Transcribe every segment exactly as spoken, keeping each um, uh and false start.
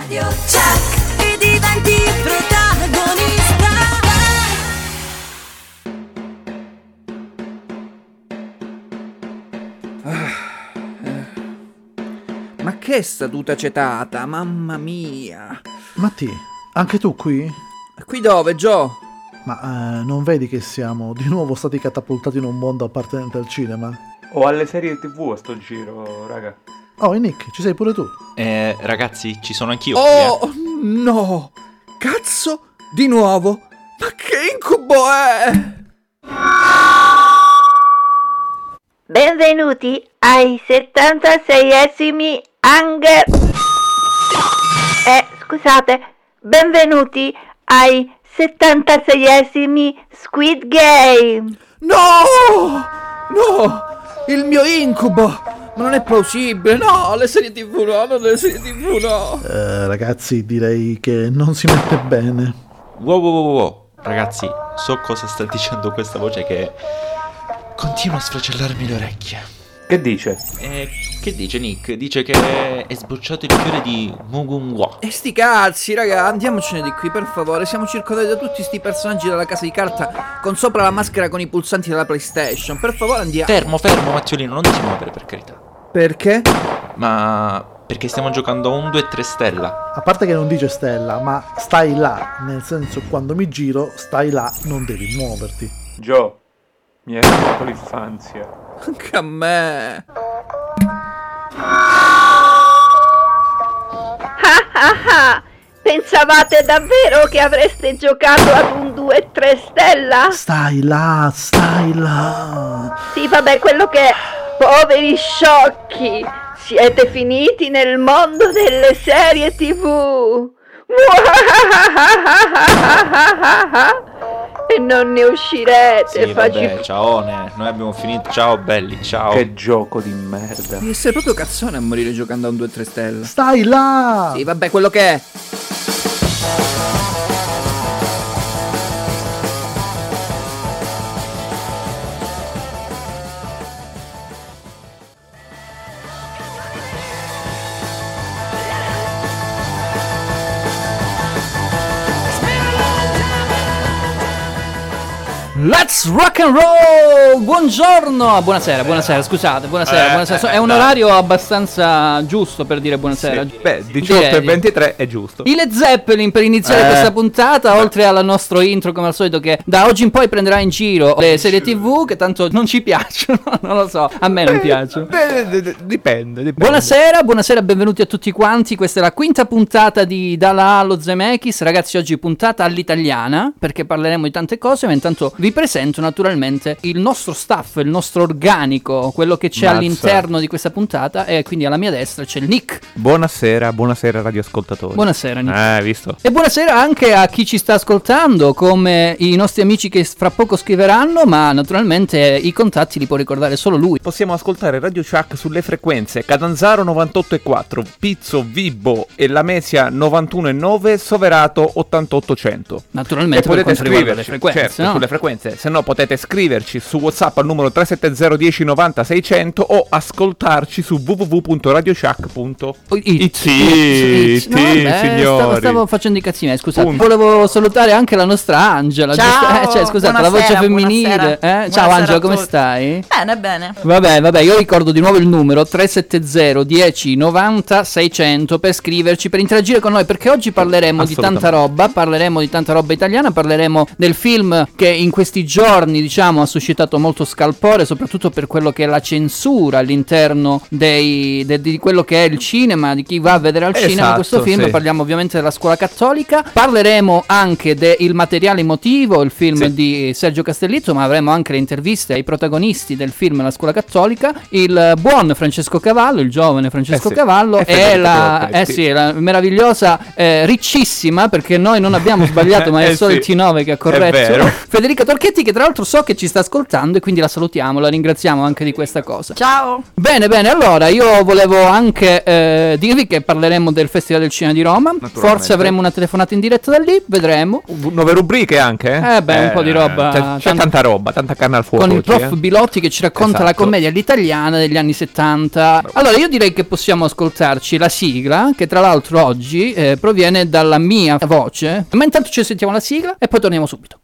Radio Chuck e diventi protagonista. Ah, eh. Ma che seduta acetata, mamma mia. Matti, anche tu qui? Qui dove, Joe? Ma eh, non vedi che siamo di nuovo stati catapultati in un mondo appartenente al cinema? O alle serie tv a sto giro, raga. Oh, e Nick, ci sei pure tu? Eh, ragazzi, ci sono anch'io. Oh, eh. no! Cazzo! Di nuovo! Ma che incubo è? Benvenuti ai settantaseiesimi Hunger... Eh, scusate, benvenuti ai settantaseiesimi Squid Game. No! No! Il mio incubo! Ma non è plausibile, no! Le serie tv no, non le serie tv no! Eh, ragazzi, direi che non si mette bene. Wow, wow, wow, wow. Ragazzi, so cosa sta dicendo questa voce che continua a sfracellarmi le orecchie. Che dice? Eh, che dice Nick? Dice che è sbocciato il fiore di Mugunghwa. E sti cazzi, raga, andiamocene di qui, per favore. Siamo circondati da tutti sti personaggi della casa di carta con sopra la maschera con i pulsanti della PlayStation. Per favore, andiamo. Fermo, fermo, Mazziolino, non ti muovere, per carità. Perché? Ma perché stiamo giocando a un due tre stella. A parte che non dice stella, ma stai là, nel senso quando mi giro, stai là, non devi muoverti. Joe, mi hai raccontato l'infanzia. Anche a me. Ah ah ah! Pensavate davvero che avreste giocato ad un due tre stella? Stai là, stai là. Sì, vabbè, quello che è. Poveri sciocchi! Siete finiti nel mondo delle serie tv! E non ne uscirete. Sì, Facci... vabbè, ciaone, noi abbiamo finito. Ciao belli, ciao. Che gioco di merda. Devi essere proprio cazzone a morire giocando a un due tre stelle. Stai là. Sì, vabbè, quello che è. Let's rock and roll! Buongiorno! Buonasera, buonasera, scusate, buonasera, Eh, buonasera. eh, È un dai. orario abbastanza giusto per dire buonasera. Sì. Beh, diciotto e Direi. ventitré è giusto. I Led Zeppelin per iniziare Eh. questa puntata, oltre al nostro intro come al solito che da oggi in poi prenderà in giro le serie tv che tanto non ci piacciono, non lo so, a me non piacciono. Eh, d- d- dipende, dipende. Buonasera, buonasera, benvenuti a tutti quanti. Questa è la quinta puntata di Dalla A allo Zemeckis. Ragazzi, oggi puntata all'italiana perché parleremo di tante cose, ma intanto vi presento naturalmente il nostro staff, il nostro organico, quello che c'è Mazza. all'interno di questa puntata. E quindi alla mia destra c'è il Nick. Buonasera, buonasera radioascoltatori. Buonasera Nick. Eh, visto? E buonasera anche a chi ci sta ascoltando, come i nostri amici che fra poco scriveranno, ma naturalmente i contatti li può ricordare solo lui. Possiamo ascoltare Radio Chuck sulle frequenze Catanzaro novantotto e quattro, Pizzo, Vibo e Lamesia novantuno e nove, Soverato ottantotto cento. Naturalmente E potete per quanto riguarda le scriverci, frequenze, certo, no? sulle frequenze, se no potete scriverci su WhatsApp al numero tre sette zero uno zero nove zero sei zero zero o ascoltarci su w w w punto radio chuck punto it. Sì, sì, No, vabbè, signori. Stavo, stavo facendo i cazzi miei, scusate. Punto. Volevo salutare anche la nostra Angela. Ciao, giusto? Eh, cioè, scusate, la voce buonasera, femminile. buonasera. Eh? Ciao Buonasera Angela, a come tutti. stai? Bene, bene. Vabbè, vabbè, io ricordo di nuovo il numero tre sette zero uno zero nove zero sei zero zero per scriverci, per interagire con noi, perché oggi parleremo di tanta Assolutamente. roba, parleremo di tanta roba italiana, parleremo del film che in questi giorni, diciamo, ha suscitato molto scalpore, soprattutto per quello che è la censura all'interno dei, de- di quello che è il cinema, di chi va a vedere al cinema Esatto, questo film. sì. Parliamo ovviamente della scuola cattolica, parleremo anche del materiale emotivo, il film Sì. di Sergio Castellitto, ma avremo anche le interviste ai protagonisti del film La scuola cattolica, il buon Francesco Cavallo, il giovane Francesco Eh sì. Cavallo, E e Federico la, eh Corretti. sì, la meravigliosa, eh, riccissima, perché noi non abbiamo sbagliato, ma è Eh solo sì. il T nove che ha È corretto, vero. Federica Torchiaro, Giorchetti, che tra l'altro so che ci sta ascoltando e quindi la salutiamo, la ringraziamo anche di questa cosa. Ciao. Bene, bene, allora io volevo anche eh, dirvi che parleremo del Festival del Cinema di Roma. Forse avremo una telefonata in diretta da lì, vedremo. Nuove rubriche anche? Eh beh, un po' di roba. C'è, c'è Tant- tanta roba, tanta carne al fuoco. Con il oggi, prof eh. Bilotti che ci racconta Esatto. la commedia all'italiana degli anni settanta. Allora io direi che possiamo ascoltarci la sigla, che tra l'altro oggi eh, proviene dalla mia voce. Ma intanto ci sentiamo la sigla e poi torniamo subito.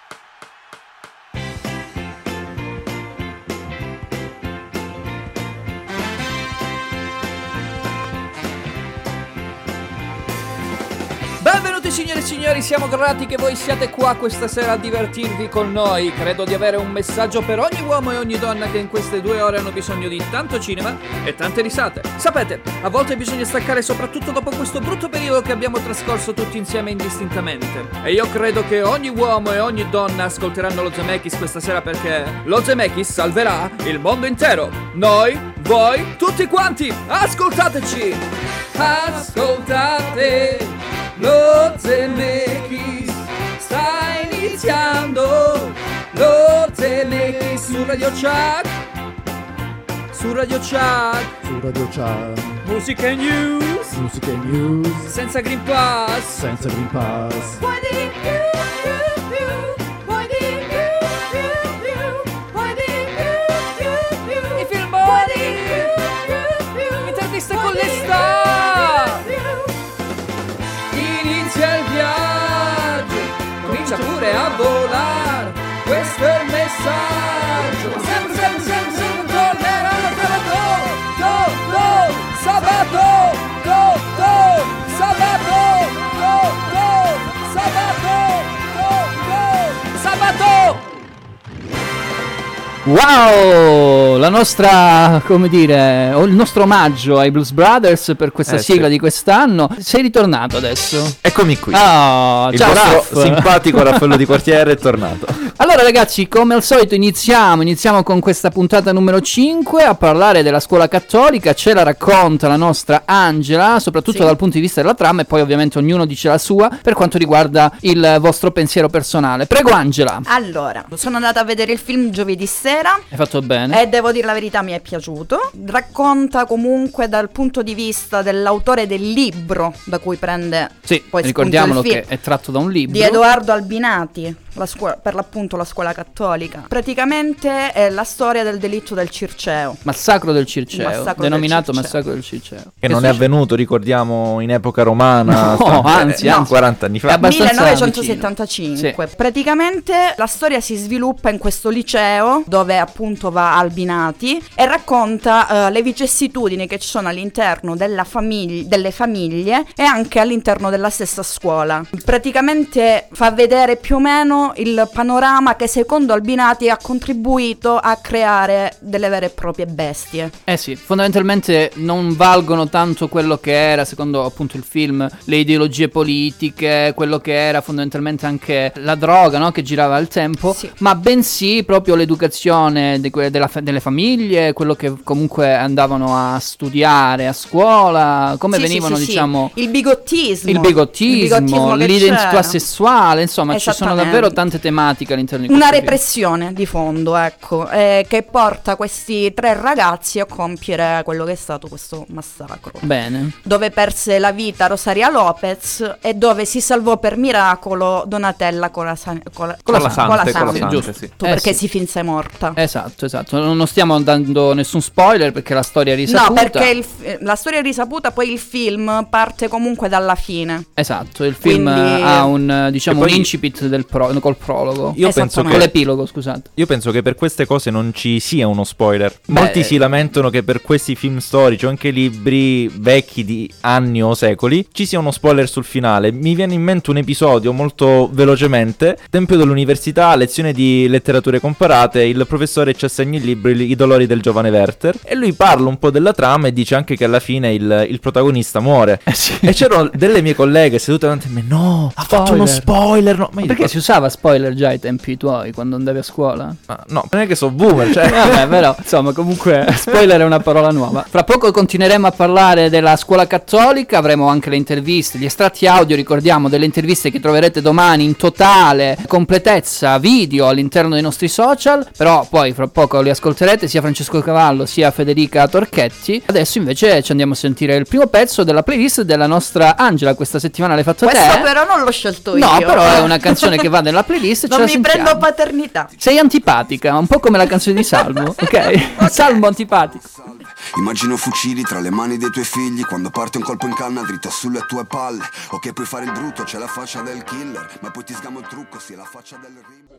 Benvenuti signore e signori, siamo grati che voi siate qua questa sera a divertirvi con noi. Credo di avere un messaggio per ogni uomo e ogni donna che in queste due ore hanno bisogno di tanto cinema e tante risate. Sapete, a volte bisogna staccare, soprattutto dopo questo brutto periodo che abbiamo trascorso tutti insieme indistintamente. E io credo che ogni uomo e ogni donna ascolteranno lo Zemeckis questa sera, perché lo Zemeckis salverà il mondo intero. Noi, voi, tutti quanti, ascoltateci! Ascoltate! Lo Zemeckis sta iniziando. Lo Zemeckis su Radio Chuck. Su Radio Chuck. Su Radio Chuck. Musica e news. Musica e news. Senza Green Pass. Senza Green Pass. Poi di più, più, più, poi di più, più, più, poi di più, più, più, I filmoni. più, più, Interviste poi con di le star. più, più. Inizia il viaggio. Comincia pure a volare. Questo è il messaggio. Sempre, sempre, sempre, sempre torneranno tra do, do, do, sabato, do, do, sabato, do, do, sabato, do, do, sabato. Wow, la nostra, come dire, o il nostro omaggio ai Blues Brothers per questa Eh, sigla sì. di quest'anno. Sei ritornato adesso? Eccomi qui. Ah, Il ciao vostro Raff. simpatico Raffaello Di Quartiere è tornato. Allora ragazzi, come al solito iniziamo, iniziamo con questa puntata numero cinque a parlare della scuola cattolica. Ce la racconta la nostra Angela, soprattutto Sì. dal punto di vista della trama, e poi ovviamente ognuno dice la sua per quanto riguarda il vostro pensiero personale. Prego Angela. Allora, sono andata a vedere il film giovedì sera Hai fatto bene. e devo dire la verità, mi è piaciuto. Racconta comunque dal punto di vista dell'autore del libro da cui prende Sì, poi ricordiamolo spunto il che film, è tratto da un libro. di Edoardo Albinati, la scuola, per l'appunto la scuola cattolica. Praticamente è la storia del delitto del Circeo. Massacro del Circeo, Massacro denominato del Circeo. Massacro del Circeo. Che non è succede? avvenuto, ricordiamo, in epoca romana. No, sta- anzi, eh, anzi. quaranta anni È fa. abbastanza millenovecentosettantacinque. Sì. Praticamente la storia si sviluppa in questo liceo dove appunto va Albinati e racconta eh, le vicissitudini che ci sono all'interno della famiglia, delle famiglie e anche all'interno della stessa scuola. Praticamente fa vedere più o meno il panorama che secondo Albinati ha contribuito a creare delle vere e proprie bestie. Eh sì, fondamentalmente non valgono tanto quello che era, secondo appunto il film, le ideologie politiche, quello che era fondamentalmente anche la droga, no? Che girava al tempo, Sì. ma bensì proprio l'educazione di que- della fa- delle famiglie, quello che comunque andavano a studiare a scuola, come Sì, sì, venivano sì, sì. diciamo... il bigottismo, Il bigottismo, bigottismo che l'identità c'era. sessuale, insomma ci sono Esattamente. davvero tante tematiche all'interno di Una questo film. repressione di fondo, ecco, eh, che porta questi tre ragazzi a compiere quello che è stato questo massacro. Bene. Dove perse la vita Rosaria Lopez e dove si salvò per miracolo Donatella Colasan- Cola- Con la Colasante, Sante, con la Sante, Sante, giusto. sì. Tu Eh, perché sì. si finse morta. Esatto, esatto. Non non stiamo dando nessun spoiler perché la storia è No, risaputa. perché il f- la storia è risaputa, poi il film parte comunque dalla fine. Esatto, il film Quindi- ha un eh, diciamo E poi- un incipit del pro- col prologo. Io penso Esattamente. Con che l'epilogo, scusate. Io penso che per queste cose non ci sia uno spoiler. Beh, Molti si lamentano che per questi film storici o anche libri vecchi di anni o secoli ci sia uno spoiler sul finale. Mi viene in mente un episodio molto velocemente. Tempio dell'università, lezione di letterature comparate, il professore ci assegna il libro I dolori del giovane Werther e lui parla un po' della trama e dice anche che alla fine il, il protagonista muore. Eh sì. E c'erano delle mie colleghe sedute davanti a me. No, ha fatto uno Spoiler. spoiler. No. Ma io Perché dico, si usava arrivava spoiler già ai tempi tuoi, quando andavi a scuola? Ma no, non è che so boomer, cioè. Vabbè, però, insomma, comunque spoiler è una parola nuova. Fra poco continueremo a parlare della scuola cattolica, avremo anche le interviste, gli estratti audio, ricordiamo, delle interviste che troverete domani in totale completezza video all'interno dei nostri social, però poi fra poco li ascolterete sia Francesco Cavallo sia Federica Torchetti. Adesso invece ci andiamo a sentire il primo pezzo della playlist della nostra Angela, questa settimana l'hai fatto Questo te. però non l'ho scelto No, io. però è una canzone che va nella playlist e ce Non la mi sentiamo. prendo paternità. Sei antipatica, un po' come la canzone di Salmo, ok? Salmo antipatico. Immagino fucili tra le mani dei tuoi figli quando parte un colpo in canna dritto sulle tue palle. Ok, puoi fare il brutto, c'è la faccia del killer, ma poi ti sgamo il trucco, sì, la faccia del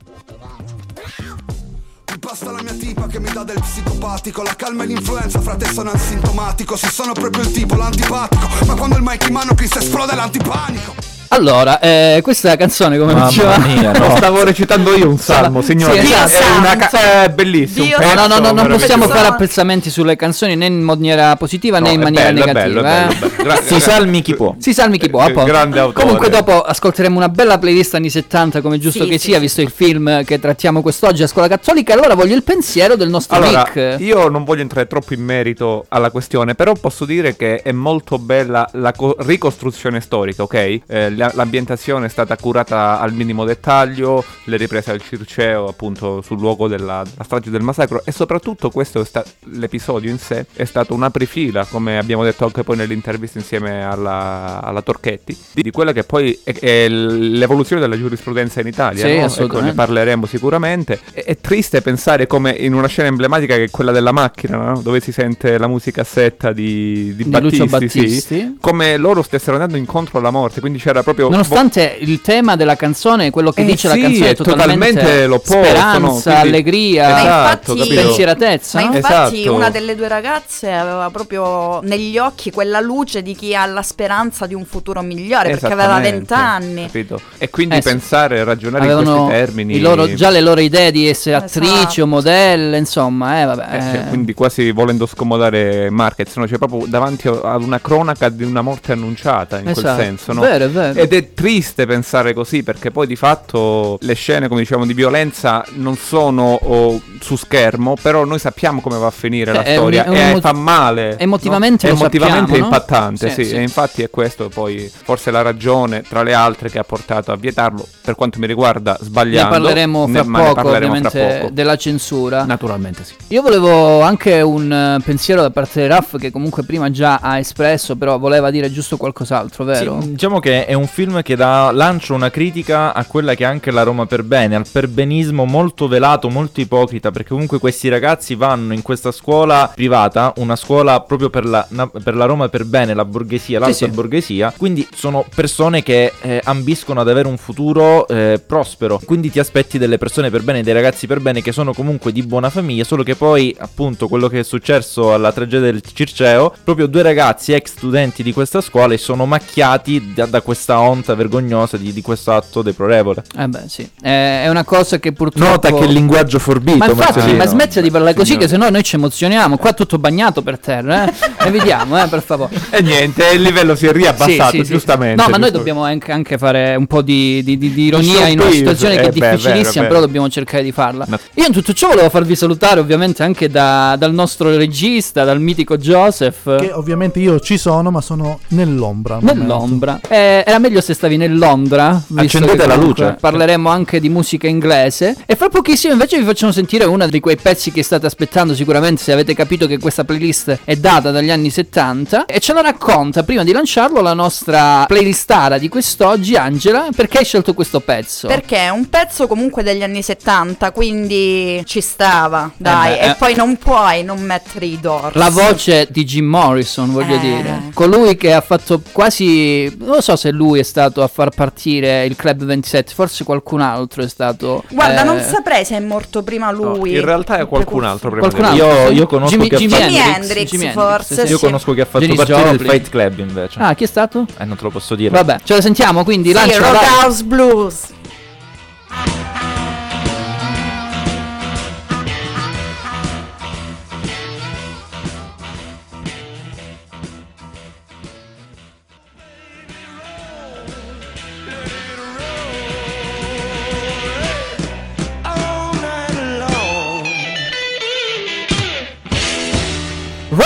rim. Mi basta la mia tipa che mi dà del psicopatico, la calma e l'influenza, frate, sono asintomatico. Sì, sono proprio il tipo, l'antipatico, ma quando il mic in mano Chris esplode l'antipanico. Allora, eh, questa canzone, come Mamma diceva, mia, no. Stavo recitando io un salmo, signore. Sì, esatto. È una ca- è bellissimo. Dio un no, pezzo no, no, no, non meraviglioso. possiamo Pensavo- fare apprezzamenti sulle canzoni né in maniera positiva No, né in è maniera bello, è negativa. bello, è bello, eh. è bello. Gra- Si salmi chi può. Si salmi chi può, a Eh, posto. grande autore. Comunque dopo ascolteremo una bella playlist anni settanta, come giusto Sì, che sì, sia, sì. visto il film che trattiamo quest'oggi a Scuola Cattolica. Allora voglio il pensiero del nostro Allora, Nick. io non voglio entrare troppo in merito alla questione, però posso dire che è molto bella la co- ricostruzione storica, ok? Eh, la- l'ambientazione è stata curata al minimo dettaglio, le riprese al Circeo, appunto, sul luogo della, della strage del massacro, e soprattutto questo è sta- l'episodio in sé è stato un'aprifila, come abbiamo detto anche poi nell'intervista insieme alla, alla Torchetti, di, di quella che poi è, è l'evoluzione della giurisprudenza in Italia, Sì, no? assolutamente. Ecco, ne parleremo sicuramente. È, è triste pensare come in una scena emblematica che è quella della macchina, no? Dove si sente la musicassetta di, di, Di Lucio Battisti, Battisti. sì, come loro stessero andando incontro alla morte, quindi c'era proprio Nonostante il tema della canzone, quello che Eh dice sì, la canzone, è è totalmente, totalmente l'opposto, speranza, no? Quindi- allegria, Ma Esatto, infatti, capito? pensieratezza. ma no? infatti Esatto. una delle due ragazze aveva proprio negli occhi quella luce di chi ha la speranza di un futuro migliore, perché aveva Esattamente, vent'anni. capito? E quindi Eh sì. pensare e ragionare in Avevano questi termini, i loro- già le loro idee di essere attrici Esatto. o modelle, insomma, eh, vabbè. Eh, cioè, eh. quindi quasi volendo scomodare Marquez, no? Cioè proprio davanti ad una cronaca di una morte annunciata, in Esatto. quel senso, no? Vero, è vero. Ed è triste pensare così, perché poi di fatto le scene, come diciamo, di violenza non sono oh, su schermo, però noi sappiamo come va a finire Cioè, la è storia un- è un e emo- fa male, emotivamente no? lo Emotivamente sappiamo, è no? impattante, Sì, sì, sì. e infatti è questo poi forse la ragione tra le altre che ha portato a vietarlo, per quanto mi riguarda Ne sbagliando. parleremo ne- fra ma ne poco, parleremo fra ovviamente, poco. della censura. Naturalmente sì. Io volevo anche un eh, pensiero da parte di Raff, che comunque prima già ha espresso, però voleva dire giusto qualcos'altro, vero? Sì, diciamo che è un film che dà lancio una critica a quella che è anche la Roma per bene, al perbenismo molto velato, molto ipocrita, perché comunque questi ragazzi vanno in questa scuola privata, una scuola proprio per la, na- per la Roma per bene, la borghesia, l'alta sì. borghesia, quindi sono persone che eh, ambiscono ad avere un futuro eh, prospero, quindi ti aspetti delle persone per bene, dei ragazzi per bene che sono comunque di buona famiglia, solo che poi appunto quello che è successo alla tragedia del Circeo, proprio due ragazzi ex studenti di questa scuola e sono macchiati da, da questa onta vergognosa di, di questo atto deplorevole. Eh beh, sì. Eh, è una cosa che purtroppo... Nota che il linguaggio forbito, Ma infatti, Marcelino. ma smetti di parlare così, Signore. che sennò noi ci emozioniamo. Qua tutto bagnato per terra, eh. E vediamo, eh, per favore. E niente, il livello si è riabbassato, Sì, sì, sì. giustamente. No, ma noi giusto. dobbiamo anche, anche fare un po' di, di- di- di ironia in una sorriso. situazione che Eh, è beh, difficilissima, vero, però vero. dobbiamo cercare di farla. No. Io in tutto ciò volevo farvi salutare ovviamente anche da- dal nostro regista, dal mitico Joseph. Che ovviamente io ci sono, ma sono nell'ombra. al momento. Nell'ombra. Eh, era meglio se stavi nell'Londra. visto Accendete che la comunque luce. Parleremo anche di musica inglese. E fra pochissimo invece vi facciamo sentire uno di quei pezzi che state aspettando sicuramente, se avete capito che questa playlist è data dagli anni settanta. E ce la racconta, prima di lanciarlo, la nostra playlistara di quest'oggi, Angela. Perché hai scelto questo pezzo? Perché è un pezzo comunque degli anni settanta, quindi ci stava, dai. beh, eh. E poi non puoi non mettere i Doors. La voce di Jim Morrison, voglio Eh. dire. Colui che ha fatto quasi... Non lo so se lui è stato a far partire il Club ventisette, forse qualcun altro è stato... Guarda, eh, non saprei se è morto prima No, lui. in realtà è qualcun altro prima Qualcun di lui. altro? Io, sì? io conosco Jimi- che ha Jimi fatto- Jimi Hendrix, Hendrix, Jimi forse, sì, sì. Io conosco che ha fatto Janis partire Joplin. il Fight Club invece. Ah, chi è stato? Eh, non te lo posso dire. Vabbè, ce la sentiamo, quindi Sì, lancia la Roadhouse Blues.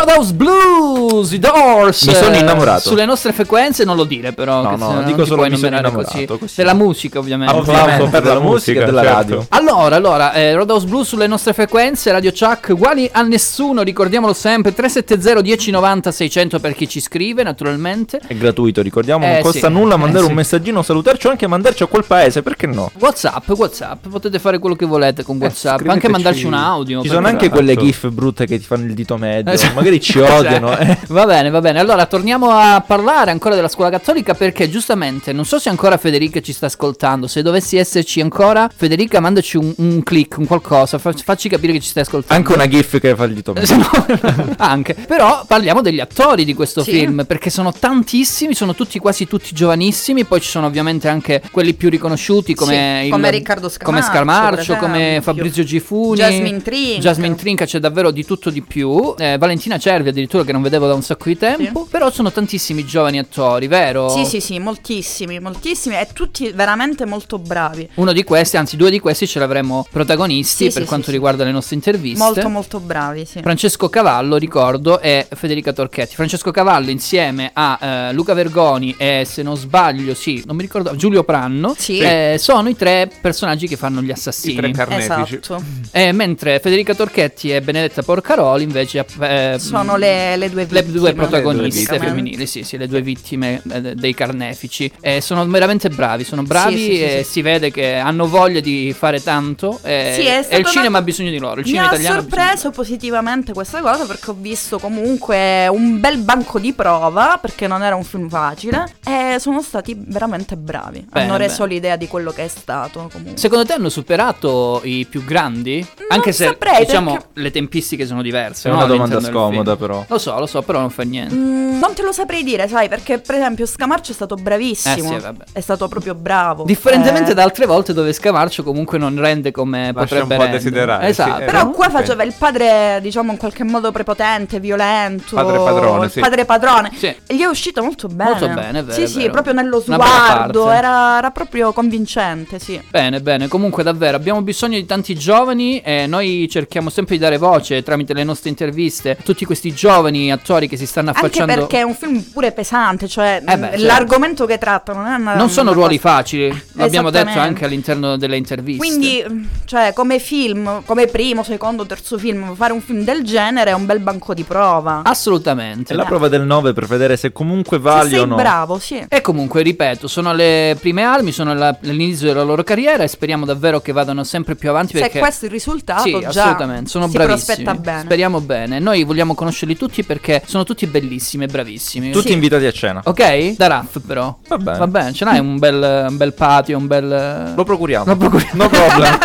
Roadhouse Blues, i Doors. Mi sono eh, innamorato. Sulle nostre frequenze non lo dire però. No, che no, se non dico ti solo puoi mi sono enumerare innamorato, così. così. Della musica ovviamente. Applauso per la musica e della certo. radio. Allora, allora, eh, Roadhouse Blues sulle nostre frequenze, Radio Chuck, uguali a nessuno, ricordiamolo sempre, tre sette zero uno zero nove zero seicento per chi ci scrive, naturalmente. È gratuito, ricordiamo, Eh, non costa sì. nulla mandare Eh, sì. un messaggino, salutarci o anche mandarci a quel paese, perché no? WhatsApp, WhatsApp, potete fare quello che volete con WhatsApp, anche scriveteci- mandarci un audio. Ci per sono anche esempio. quelle gif brutte che ti fanno il dito medio, Esatto. magari ci odiano. eh. Va bene, va bene. Allora torniamo a parlare ancora della scuola cattolica perché giustamente non so se ancora Federica ci sta ascoltando. Se dovessi esserci ancora, Federica, mandaci un, un click, un qualcosa, fa- facci capire che ci stai ascoltando. Anche una gif che fa il dito medio. Se no- anche. Però parliamo degli attori di questo Sì. film perché sono tantissimi, sono tutti quasi tutti giovanissimi. Poi ci sono ovviamente anche quelli più riconosciuti come, Sì, il- come Riccardo come Scamarcio, Scamarcio, per come esempio. Fabrizio Gifuni, Jasmine Trinca. Jasmine Trinca, c'è davvero di tutto di più. Eh, Valentina Cervi addirittura che non vedevo da un sacco di tempo. Però sono tantissimi giovani attori, vero? Sì, sì, sì, moltissimi, moltissimi e tutti veramente molto bravi. Uno di questi, anzi due di questi ce l'avremo protagonisti Sì, per sì, quanto sì, riguarda le nostre interviste. Molto, molto bravi, sì. Francesco Cavallo, ricordo, e Federica Torchetti. Francesco Cavallo insieme a eh, Luca Vergoni e, se non sbaglio, sì, non mi ricordo, Giulio Pranno, Sì. eh, sono i tre personaggi che fanno gli assassini. I tre carnefici. Esatto. Eh, mentre Federica Torchetti e Benedetta Porcaroli invece eh, Sono le, le due le vittime. due protagoniste praticamente. femminili, sì, sì, le due vittime eh, dei carnefici. Eh, sono veramente bravi, sono bravi Sì, sì, sì, e sì. si vede che hanno voglia di fare tanto. eh, Sì, è e stato il cinema una- ha bisogno di loro. Il Mi cinema ha italiano ha bisogno di sorpreso positivamente questa cosa perché ho visto comunque un bel banco di prova perché non era un film facile e sono stati veramente bravi. Bene, Hanno reso bene. l'idea di quello che è stato comunque. Secondo te hanno superato i più grandi? Anche se saprei, diciamo perché- le tempistiche sono diverse. È no, una domanda all'interno del scomoda, film. però. Lo so, lo so, però non fa niente. Mm, non te lo saprei dire, sai, perché per esempio Scamarcio è stato bravissimo. Eh sì, vabbè. È stato proprio bravo. Differentemente Eh, da altre volte dove Scamarcio comunque non rende come Lascia potrebbe un po' a rendere. desiderare, Esatto. sì, eh. Però qua Ok. faceva il padre, diciamo, in qualche modo prepotente, violento. Padre padrone, il sì. padre padrone. Sì. E gli è uscito molto bene. Molto bene, è vero, Sì, è sì, vero. proprio nello Una bella sguardo. parte. Era, era proprio convincente, sì. Bene, bene, comunque davvero abbiamo bisogno di tanti giovani e noi cerchiamo sempre di dare voce tramite le nostre interviste a tutti questi giovani attori che si stanno Anche affacciando. perché è un film pure pesante, cioè Eh beh, certo. l'argomento che tratta non è una, Non sono una ruoli cosa- facili, l'abbiamo detto Esattamente. anche all'interno delle interviste. Quindi, cioè, come film, come primo, secondo, terzo film, fare un film del genere è un bel banco di prova. Assolutamente. È la prova del nove per vedere se comunque Se vali sei o no. bravo, sì. E comunque, ripeto, sono le prime armi, sono alla- all'inizio della loro carriera e speriamo davvero che vadano sempre più avanti Se perché... questo è il risultato, Sì, già assolutamente, sono si bravissimi. prospetta bene. Speriamo bene. Noi vogliamo conoscerli tutti perché sono tutti bellissimi e bravissimi. Tutti Sì. invitati a cena. Ok? Da Raff però. Va bene. Va bene, ce n'hai un bel, un bel patio, un bel... Lo procuriamo. Lo procuriamo. No problem.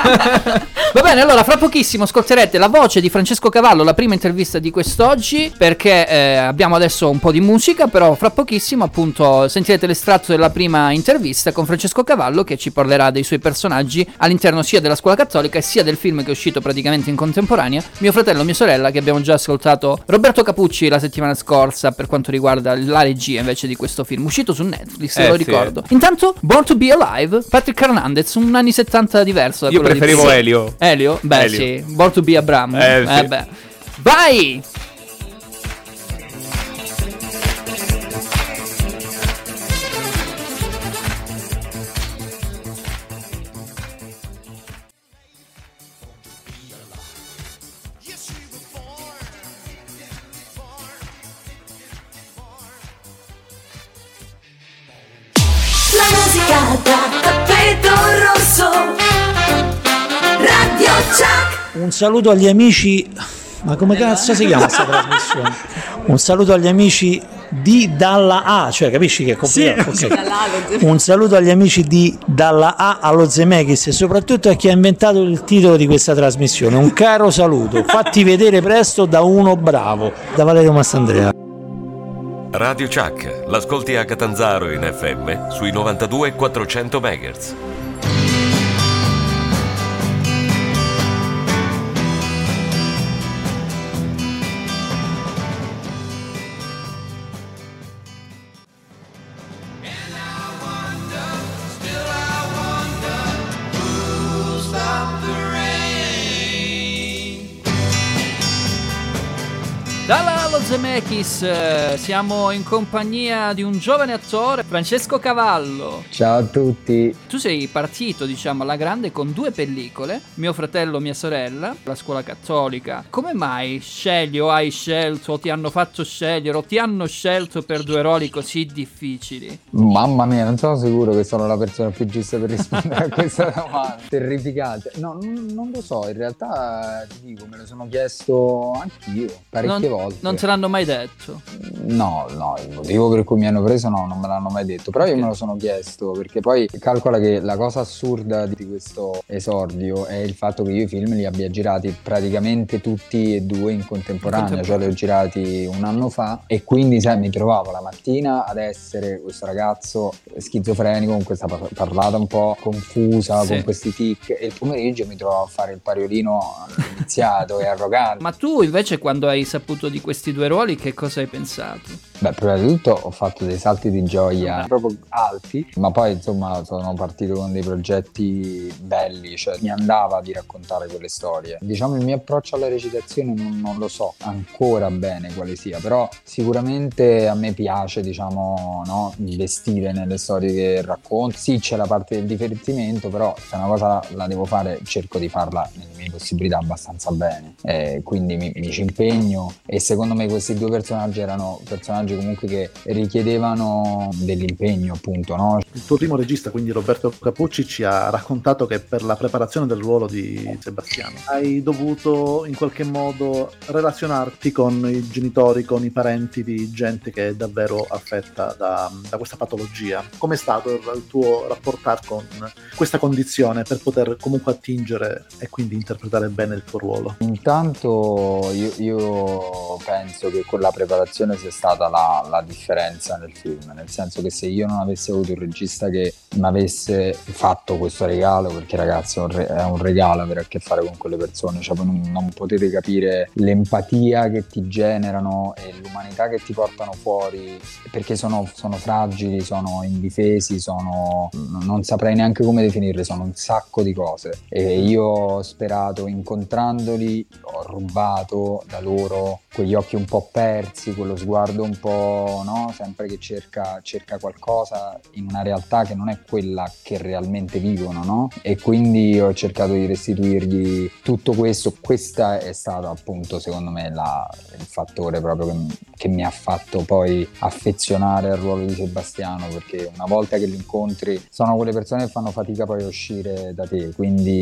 Va bene, allora fra pochissimo ascolterete la voce di Francesco Cavallo, la prima intervista di quest'oggi, perché eh, abbiamo adesso un po' di musica, però fra pochissimo appunto sentirete l'estratto della prima intervista con Francesco Cavallo che ci parlerà dei suoi personaggi all'interno sia della scuola cattolica e sia del film che è uscito praticamente in contemporanea, Mio fratello, mia sorella, che abbiamo già ascoltato Roberto Capucci la settimana scorsa per quanto riguarda la regia invece di questo film, uscito su Netflix, Eh, ve lo sì, ricordo. Intanto Born to be Alive, Patrick Hernandez, un anni settanta diverso da Io quello di preferivo prima. Elio. Elio? Beh, Elio. sì. Born to be Abramo. Eh, sì. beh. Vai! La musica da tappeto rosso. Radio Chuck. Un saluto agli amici. Ma come cazzo si chiama questa trasmissione? Un saluto agli amici di Dalla A, cioè capisci che è complicato? Sì, Ok. dalla A allo Zemeckis. Un saluto agli amici di Dalla A allo Zemeckis e soprattutto a chi ha inventato il titolo di questa trasmissione. Un caro saluto, fatti vedere presto da uno bravo, da Valerio Mastandrea. Radio Chuck, l'ascolti a Catanzaro in F M sui novantadue quattrocento megahertz. Dalla allo Zemeckis, eh, siamo in compagnia di un giovane attore, Francesco Cavallo. Ciao a tutti. Tu sei partito, diciamo, alla grande con due pellicole, Mio fratello, mia sorella, la scuola cattolica. Come mai scegli o hai scelto o ti hanno fatto scegliere o ti hanno scelto per due ruoli così difficili? Mamma mia, non sono sicuro che sono la persona più giusta per rispondere a questa domanda. Terrificante. No, non, non lo so, in realtà ti dico, me lo sono chiesto anch'io parecchie non, volte. Non te l'hanno mai detto? No, no, il motivo per cui mi hanno preso no, non me l'hanno mai detto, però io me lo sono chiesto perché poi calcola che la cosa assurda di questo esordio è il fatto che io i film li abbia girati praticamente tutti e due in contemporanea, in contemporanea. Cioè li ho girati un anno fa e quindi sai, mi trovavo la mattina ad essere questo ragazzo schizofrenico con questa parlata un po' confusa, sì, con questi tic, e il pomeriggio mi trovavo a fare il pariolino iniziato e arrogante. Ma tu invece quando hai saputo di questi due ruoli che cosa hai pensato? Beh, prima di tutto ho fatto dei salti di gioia proprio alti, ma poi insomma sono partito con dei progetti belli, cioè mi andava di raccontare quelle storie. Diciamo il mio approccio alla recitazione non, non lo so ancora bene quale sia, però sicuramente a me piace, diciamo, no, investire nelle storie che racconto. Sì, c'è la parte del divertimento, però se una cosa la devo fare cerco di farla nelle mie possibilità abbastanza bene, eh, quindi mi, mi ci impegno, e secondo me questi due personaggi erano personaggi comunque che richiedevano dell'impegno, appunto, no? Il tuo primo regista, quindi Roberto Capucci, ci ha raccontato che per la preparazione del ruolo di Sebastiano hai dovuto in qualche modo relazionarti con i genitori, con i parenti di gente che è davvero affetta da, da questa patologia. Com'è stato il, il tuo rapportar con questa condizione per poter comunque attingere e quindi interpretare bene il tuo ruolo? Intanto io, io penso che con la preparazione sia stata la La, la differenza nel film, nel senso che se io non avessi avuto un regista che mi avesse fatto questo regalo, perché ragazzi è un, re, è un regalo avere a che fare con quelle persone, cioè non, non potete capire l'empatia che ti generano e l'umanità che ti portano fuori, perché sono, sono fragili, sono indifesi, sono, non saprei neanche come definirli, sono un sacco di cose, e io ho sperato, incontrandoli ho rubato da loro quegli occhi un po' persi, quello sguardo un po', no? Sempre che cerca, cerca qualcosa in una realtà che non è quella che realmente vivono, no? E quindi ho cercato di restituirgli tutto questo. Questa è stata appunto secondo me la, il fattore proprio che, che mi ha fatto poi affezionare al ruolo di Sebastiano, perché una volta che li incontri sono quelle persone che fanno fatica poi a uscire da te,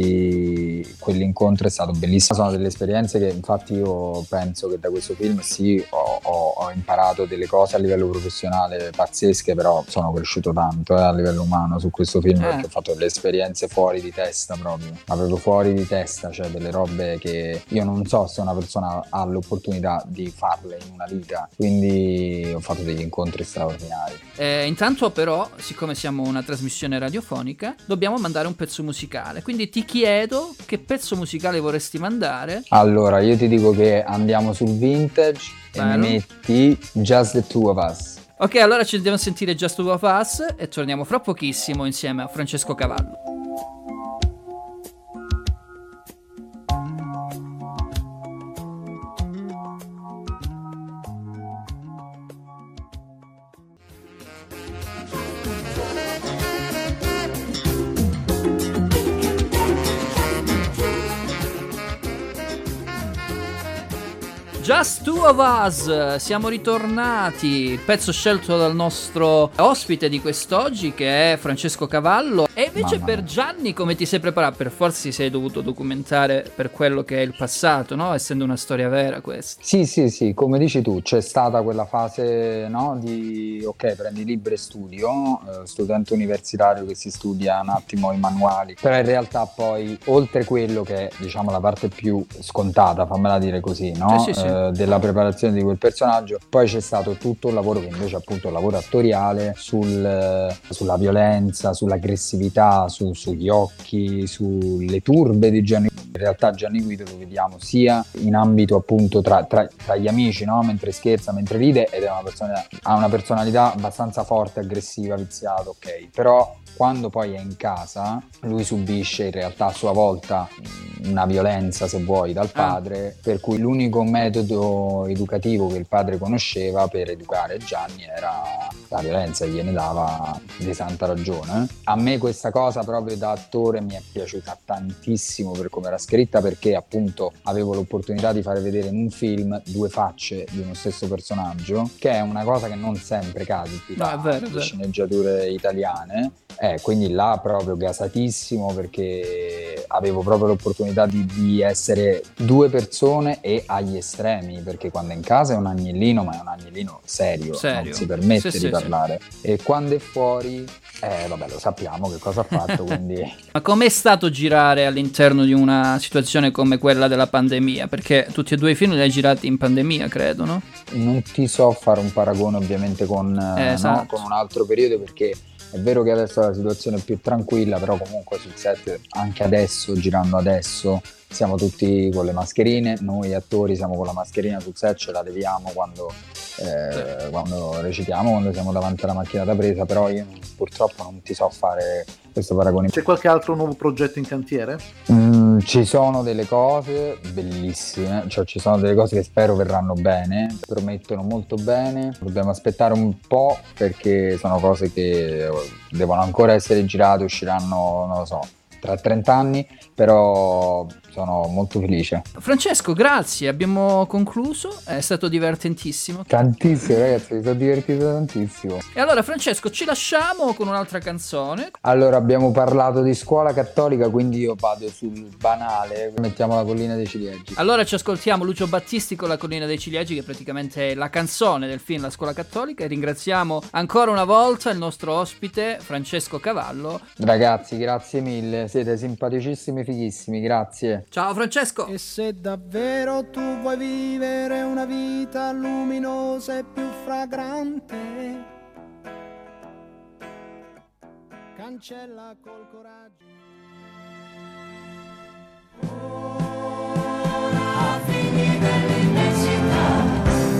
quindi quell'incontro è stato bellissimo. Sono delle esperienze che infatti io penso che da questo film sì ho, ho, ho imparato delle cose a livello professionale pazzesche, però sono cresciuto tanto eh, a livello umano su questo film, eh. perché ho fatto delle esperienze fuori di testa proprio, ma proprio fuori di testa, cioè delle robe che io non so se una persona ha l'opportunità di farle in una vita, quindi ho fatto degli incontri straordinari. Eh, intanto però, siccome siamo una trasmissione radiofonica, dobbiamo mandare un pezzo musicale, quindi ti chiedo che pezzo musicale vorresti mandare. Allora io ti dico che andiamo sul vintage. Bello. E mi metti Just the Two of Us. Ok, allora ci andiamo a sentire Just Two of Us e torniamo fra pochissimo insieme a Francesco Cavallo. Just Two of Us, siamo ritornati, pezzo scelto dal nostro ospite di quest'oggi che è Francesco Cavallo. E invece per Gianni come ti sei preparato? Per forza ti sei dovuto documentare per quello che è il passato, no? Essendo una storia vera questa. Sì, sì, sì, come dici tu, c'è stata quella fase, no, di ok, prendi libri e studio, eh, studente universitario che si studia un attimo i manuali, però in realtà poi oltre quello che è, diciamo, la parte più scontata, fammela dire così, no? Sì, sì, sì. Della preparazione di quel personaggio, poi c'è stato tutto un lavoro che invece è appunto un lavoro attoriale sul, sulla violenza, sull'aggressività, su, sugli occhi, sulle turbe di Gianni. In realtà Gianni Guido lo vediamo sia in ambito appunto tra, tra, tra gli amici, no? Mentre scherza, mentre ride, ed è una persona, ha una personalità abbastanza forte, aggressiva, viziata, ok, però quando poi è in casa lui subisce in realtà a sua volta una violenza, se vuoi, dal padre, ah. per cui l'unico metodo metodo educativo che il padre conosceva per educare Gianni era la violenza, gliene dava di santa ragione. A me questa cosa proprio da attore mi è piaciuta tantissimo per come era scritta, perché appunto avevo l'opportunità di fare vedere in un film due facce di uno stesso personaggio, che è una cosa che non sempre capita No, è vero, è nelle vero. sceneggiature italiane. Eh, quindi là proprio gasatissimo, perché avevo proprio l'opportunità di, di essere due persone e agli estremi, perché quando è in casa è un agnellino, ma è un agnellino serio, Serio. non si permette Sì, di sì, parlare. E quando è fuori, eh vabbè, lo sappiamo che cosa ha fatto, quindi... Ma com'è stato girare all'interno di una situazione come quella della pandemia? Perché tutti e due i film li hai girati in pandemia, credo, no? Non ti so fare un paragone ovviamente con, Eh, eh, esatto. no, con un altro periodo, perché è vero che adesso la situazione è più tranquilla, però comunque sul set, anche adesso, girando adesso, siamo tutti con le mascherine, noi attori siamo con la mascherina sul set, ce la leviamo quando, eh, quando recitiamo, quando siamo davanti alla macchina da presa, però io purtroppo non ti so fare questo paragone. C'è qualche altro nuovo progetto in cantiere? Mm, ci sono delle cose bellissime, cioè ci sono delle cose che spero verranno bene, promettono molto bene, dobbiamo aspettare un po' perché sono cose che devono ancora essere girate, usciranno, non lo so, tra trenta anni, però sono molto felice. Francesco, grazie, abbiamo concluso, è stato divertentissimo. Tantissimo ragazzi, mi sono divertito tantissimo. E allora Francesco, ci lasciamo con un'altra canzone. Allora abbiamo parlato di scuola cattolica, quindi io vado sul banale, mettiamo La collina dei ciliegi. Allora ci ascoltiamo Lucio Battisti con La collina dei ciliegi, che praticamente è la canzone del film La scuola cattolica, e ringraziamo ancora una volta il nostro ospite Francesco Cavallo. Ragazzi, grazie mille, siete simpaticissimi, fighissimi, grazie. Ciao Francesco. E se davvero tu vuoi vivere una vita luminosa e più fragrante, cancella col coraggio. Ora fini dell'immensità.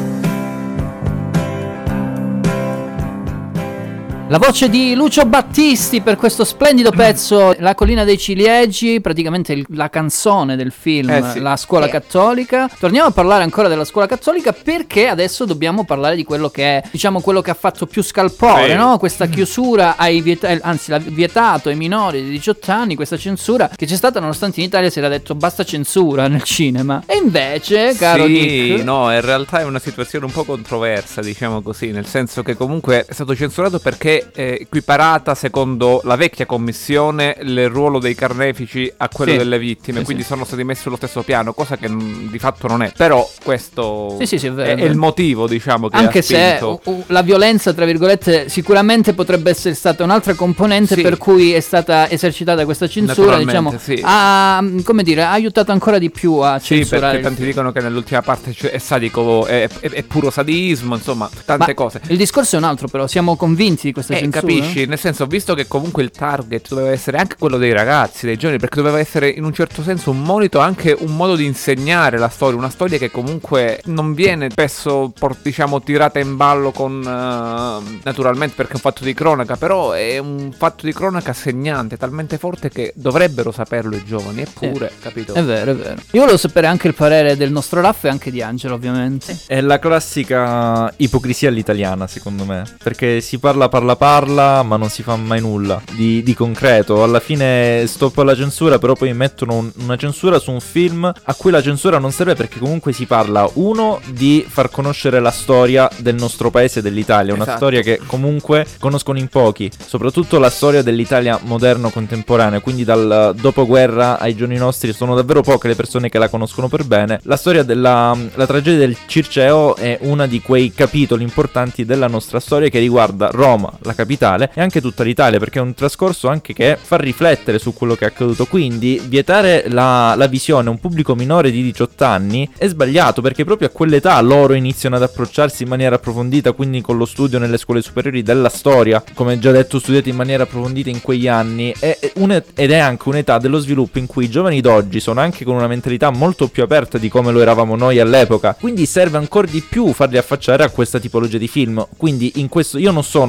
La voce di Lucio Battisti per questo splendido pezzo, La collina dei ciliegi, praticamente il- la canzone del film Eh sì. La scuola Sì. cattolica. Torniamo a parlare ancora della scuola cattolica, perché adesso dobbiamo parlare di quello che è, diciamo, quello che ha fatto più scalpore, Sì. no? Questa chiusura ai vieta- eh, anzi, l'ha vietato ai minori di diciotto anni, questa censura che c'è stata nonostante in Italia si era detto basta censura nel cinema. E invece, caro sì, Nick, no, in realtà è una situazione un po' controversa, diciamo così, nel senso che comunque è stato censurato perché è equiparata, secondo la vecchia commissione, il ruolo dei carnefici a quello Sì. delle vittime, Sì, quindi sì. sono stati messi sullo stesso piano, cosa che mm, di fatto non è. Però questo Sì, sì, sì, è vero, è, è è vero. il motivo, diciamo, che anche ha se spinto. uh, uh, la violenza, tra virgolette, sicuramente potrebbe essere stata un'altra componente Sì. per cui è stata esercitata questa censura, diciamo, Naturalmente, sì. ha, mm, come dire, ha aiutato ancora di più a Sì, censurare perché il tanti film. dicono che nell'ultima parte c'è- è sadico, è, è- è puro sadismo, insomma, tante Ma cose. il discorso è un altro, però siamo convinti di questa Eh, censura? capisci? Nel senso, visto che comunque il target doveva essere anche quello dei ragazzi, dei giovani, perché doveva essere in un certo senso un monito, anche un modo di insegnare la storia, una storia che comunque non viene spesso, por- diciamo, tirata in ballo con, eh, naturalmente perché è un fatto di cronaca, però è un fatto di cronaca segnante, talmente forte che dovrebbero saperlo i giovani, eppure, capito? È vero, è vero. Io volevo sapere anche il parere del nostro Raff e anche di Angelo, ovviamente. È la classica ipocrisia all'italiana, secondo me. Perché si parla, parla, parla, ma non si fa mai nulla di, di concreto. Alla fine stoppa la censura, però poi mettono un- una censura su un film a cui la censura non serve, perché comunque si parla, uno, di far conoscere la storia del nostro paese, dell'Italia. Una Esatto. storia che comunque conoscono in pochi. Soprattutto la storia dell'Italia moderno contemporanea, quindi dal dopoguerra ai giorni nostri sono davvero poche le persone che la conoscono per bene. La storia della la tragedia del Circeo è una di quei capitoli importanti della nostra storia che riguarda Roma, la capitale, e anche tutta l'Italia, perché è un trascorso anche che fa riflettere su quello che è accaduto. Quindi vietare la, la visione a un pubblico minore di diciotto anni è sbagliato, perché proprio a quell'età loro iniziano ad approcciarsi in maniera approfondita, quindi con lo studio nelle scuole superiori della storia, come già detto, studiati in maniera approfondita in quegli anni, è un- ed è anche un'età dello sviluppo in cui i giovani d'oggi sono anche con una mentalità molto più aperta di come lo eravamo noi all'epoca, quindi serve ancora di più farli affacciare a questa tipologia di film. Quindi in questo io non sono contro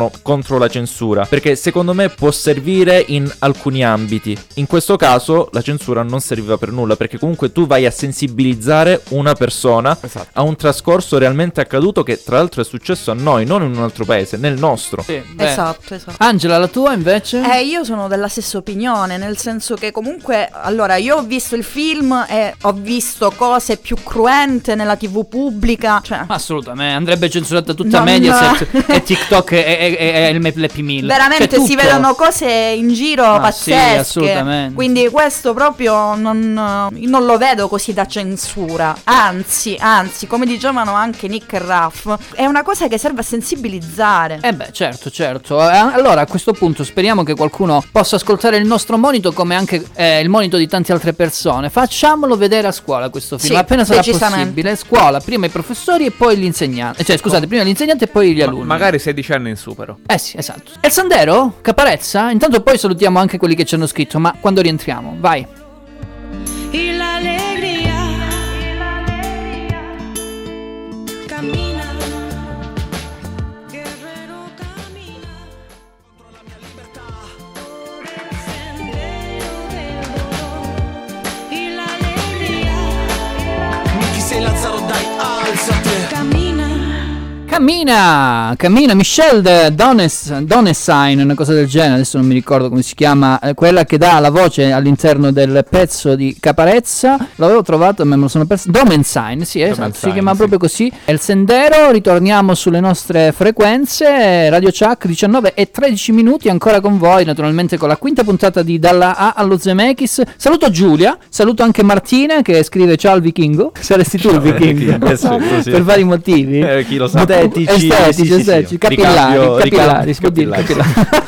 contro la censura, perché secondo me può servire in alcuni ambiti. In questo caso la censura non serviva per nulla, perché comunque tu vai a sensibilizzare una persona Esatto. a un trascorso realmente accaduto, che tra l'altro è successo a noi, non in un altro paese, nel nostro. Sì, beh. Esatto, esatto. Angela, la tua invece? Eh, io sono della stessa opinione, nel senso che comunque, allora, io ho visto il film e ho visto cose più cruente nella tivù pubblica, cioè Assolutamente, andrebbe censurata tutta Non- Mediaset e TikTok e, e, e, e il P mille. veramente Cioè, si tutto. vedono cose in giro Ah, pazzesche. sì, assolutamente. Quindi questo proprio non, non lo vedo così da censura. Anzi, anzi, come dicevano anche Nick e Raff, è una cosa che serve a sensibilizzare. Eh beh, certo, certo. Eh, allora, a questo punto speriamo che qualcuno possa ascoltare il nostro monito, come anche eh, il monito di tante altre persone. Facciamolo vedere a scuola questo film, Sì, appena sarà decisamente. possibile. Scuola, prima i professori e poi gli insegnanti. Cioè, scusate, prima gli insegnanti e poi gli Ma- alunni. magari sedici anni in supero. Eh sì, esatto. E il Sandero? Caparezza? Intanto poi salutiamo anche quelli che ci hanno scritto, ma quando rientriamo? Vai. Y la alegría camina, guerrero camina contro la mia libertà por el sendero del dolor. Y la alegría Chi sei Lazzaro, dai, alzate. camina. Cammina, cammina, Michelle Dones, Donesine, una cosa del genere, adesso non mi ricordo come si chiama, eh, quella che dà la voce all'interno del pezzo di Caparezza, l'avevo trovato ma me lo sono perso, Domensine, sì, esatto, si Domensine, chiama sì. proprio così. È il Sendero, ritorniamo sulle nostre frequenze, Radio Chuck, diciannove e tredici minuti, ancora con voi, naturalmente con la quinta puntata di Dalla A allo Zemeckis. Saluto Giulia, saluto anche Martina che scrive ciao al vichingo, saresti tu il vichingo, Vichingo, sì. per vari motivi. Eh, chi lo sa. Estetici, Sì, sì, sì, estetici, sì. capillari, Ricambio- capillari, ricambio- si può dire, capillari. capillari.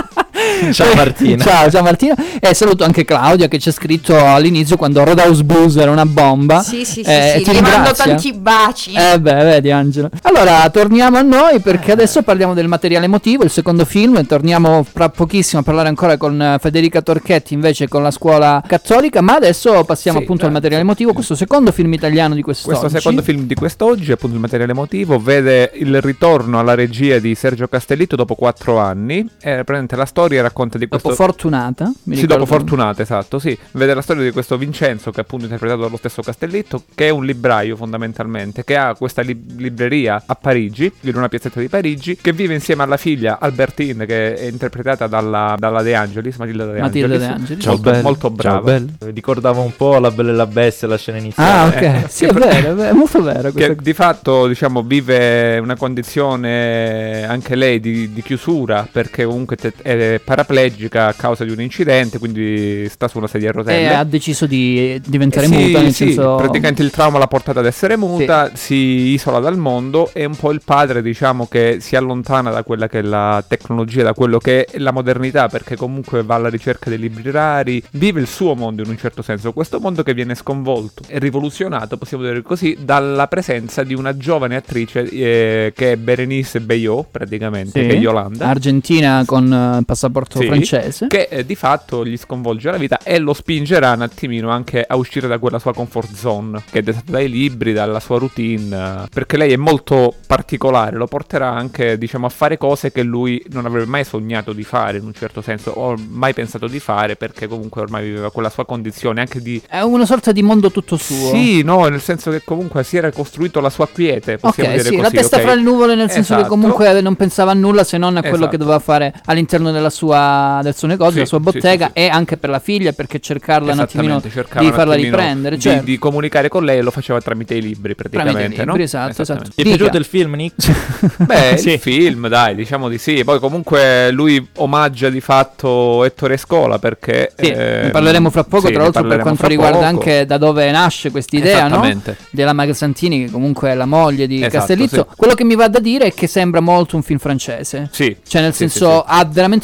Ciao Martina. Ciao, ciao Martina. E saluto anche Claudia che ci ha scritto all'inizio quando Roadhouse Blues era una bomba. Sì, sì, sì, Eh, sì, ti ti mando ringrazia. tanti baci. Eh beh, vedi Angela. Allora, torniamo a noi perché adesso parliamo del materiale emotivo, il secondo film, e torniamo fra pochissimo a parlare ancora con eh, Federica Torchetti invece con la scuola cattolica, ma adesso passiamo Sì, appunto beh, al materiale emotivo, questo secondo film italiano di quest'oggi. Questo secondo film di quest'oggi, appunto il materiale emotivo, vede il ritorno alla regia di Sergio Castellitto dopo quattro anni. E praticamente la storia racconta di questo... Dopo Fortunata, mi Sì, ricordo. dopo Fortunata, esatto, sì. Vede la storia di questo Vincenzo, che è appunto interpretato dallo stesso Castellitto, che è un libraio fondamentalmente, che ha questa lib- libreria a Parigi, in una piazzetta di Parigi, che vive insieme alla figlia Albertine, che è interpretata dalla, dalla De Angelis, Matilda De Matilda Angelis. De Angelis. Ciao, molto, bello. molto Ciao, brava. bello. Ricordava un po' La Bella e la Bestia, la scena iniziale. Ah, ok. Eh, sì, che è pre- vero, è vero, è molto vero. questa Che di fatto, diciamo, vive una condizione anche lei di, di chiusura, perché comunque te- è paraplegica a causa di un incidente, quindi sta su una sedia a E rotelle. ha deciso di diventare Eh sì, muta, nel sì, senso... praticamente il trauma l'ha portata ad essere muta, si isola dal mondo, e un po' il padre, diciamo, che si allontana da quella che è la tecnologia, da quello che è la modernità, perché comunque va alla ricerca dei libri rari, vive il suo mondo in un certo senso, questo mondo che viene sconvolto e rivoluzionato, possiamo dire così, dalla presenza di una giovane attrice eh, che è Berenice Bejo, praticamente, Sì. che è Yolanda. Argentina con eh, passaporto Sì, francese. che eh, di fatto gli sconvolge la vita e lo spingerà un attimino anche a uscire da quella sua comfort zone, che è dettata dai libri, dalla sua routine, eh, perché lei è molto particolare, lo porterà anche, diciamo, a fare cose che lui non avrebbe mai sognato di fare, in un certo senso, o mai pensato di fare, perché comunque ormai viveva quella sua condizione anche di... È una sorta di mondo tutto suo. Sì, no, nel senso che comunque si era costruito la sua quiete, possiamo Ok, dire sì, così, la testa ok? fra le nuvole, nel senso che Esatto. comunque non pensava a nulla se non a quello Esatto. che doveva fare all'interno della sua, del suo negozio, Sì, della sua sì, bottega, sì, e anche per la figlia, perché cercarla un attimino Esattamente, cercava di un farla attimino riprendere. di, certo. di comunicare con lei, e lo faceva tramite i libri praticamente, Tramite i no? libri, esatto, Esattamente. Ti è Dica. piaciuto il film, Nick? Beh, Sì. il film, dai, diciamo di sì. Poi comunque lui omaggia di fatto Ettore Scola, perché... Sì, eh, ne parleremo fra poco, sì, tra ne l'altro, per parleremo quanto fra riguarda poco. anche da dove nasce quest'idea, no? Esattamente. Della Magasantini, che comunque è la moglie di Esatto, Castellitto. sì. Quello che mi va da dire è che sembra molto un film francese. Sì. Cioè, nel sì, senso, sì, sì. ha veramente poco di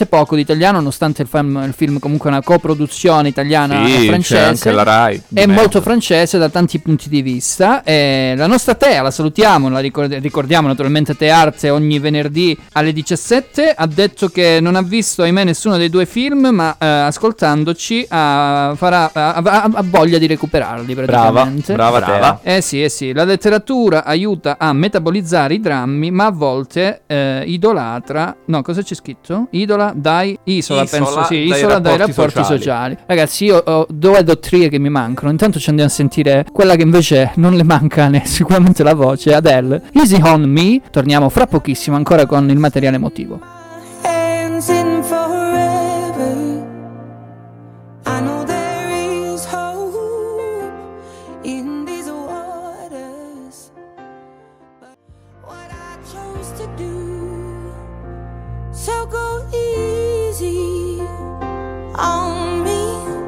italiano, nonostante il film, il film comunque è una coproduzione italiana Sì, e c'è francese. anche la Rai. È Merda. molto francese da tanti punti di vista. E la nostra Tea, la salutiamo, la ricord- ricordiamo naturalmente Tearte ogni venerdì alle diciassette. Ha detto che non ha visto ahimè nessuno dei due film, ma eh, ascoltandoci ha, farà, ha, ha- ha voglia di recuperarli praticamente. Brava, brava Tea. Eh sì, eh sì, la letteratura aiuta a metabolizzare i drammi, ma a volte eh, idolatra. No, cosa c'è scritto? Idola dai isola, Isola penso sì, dai isola dai rapporti rapporti sociali. sociali. Ragazzi, io ho due dottrie che mi mancano. Intanto ci andiamo a sentire quella che invece non le manca né sicuramente la voce, Adele. Easy on me. Torniamo fra pochissimo ancora con il materiale emotivo. Hands in forever. I know there is hope in these waters. But what I chose to do, so go easy on me.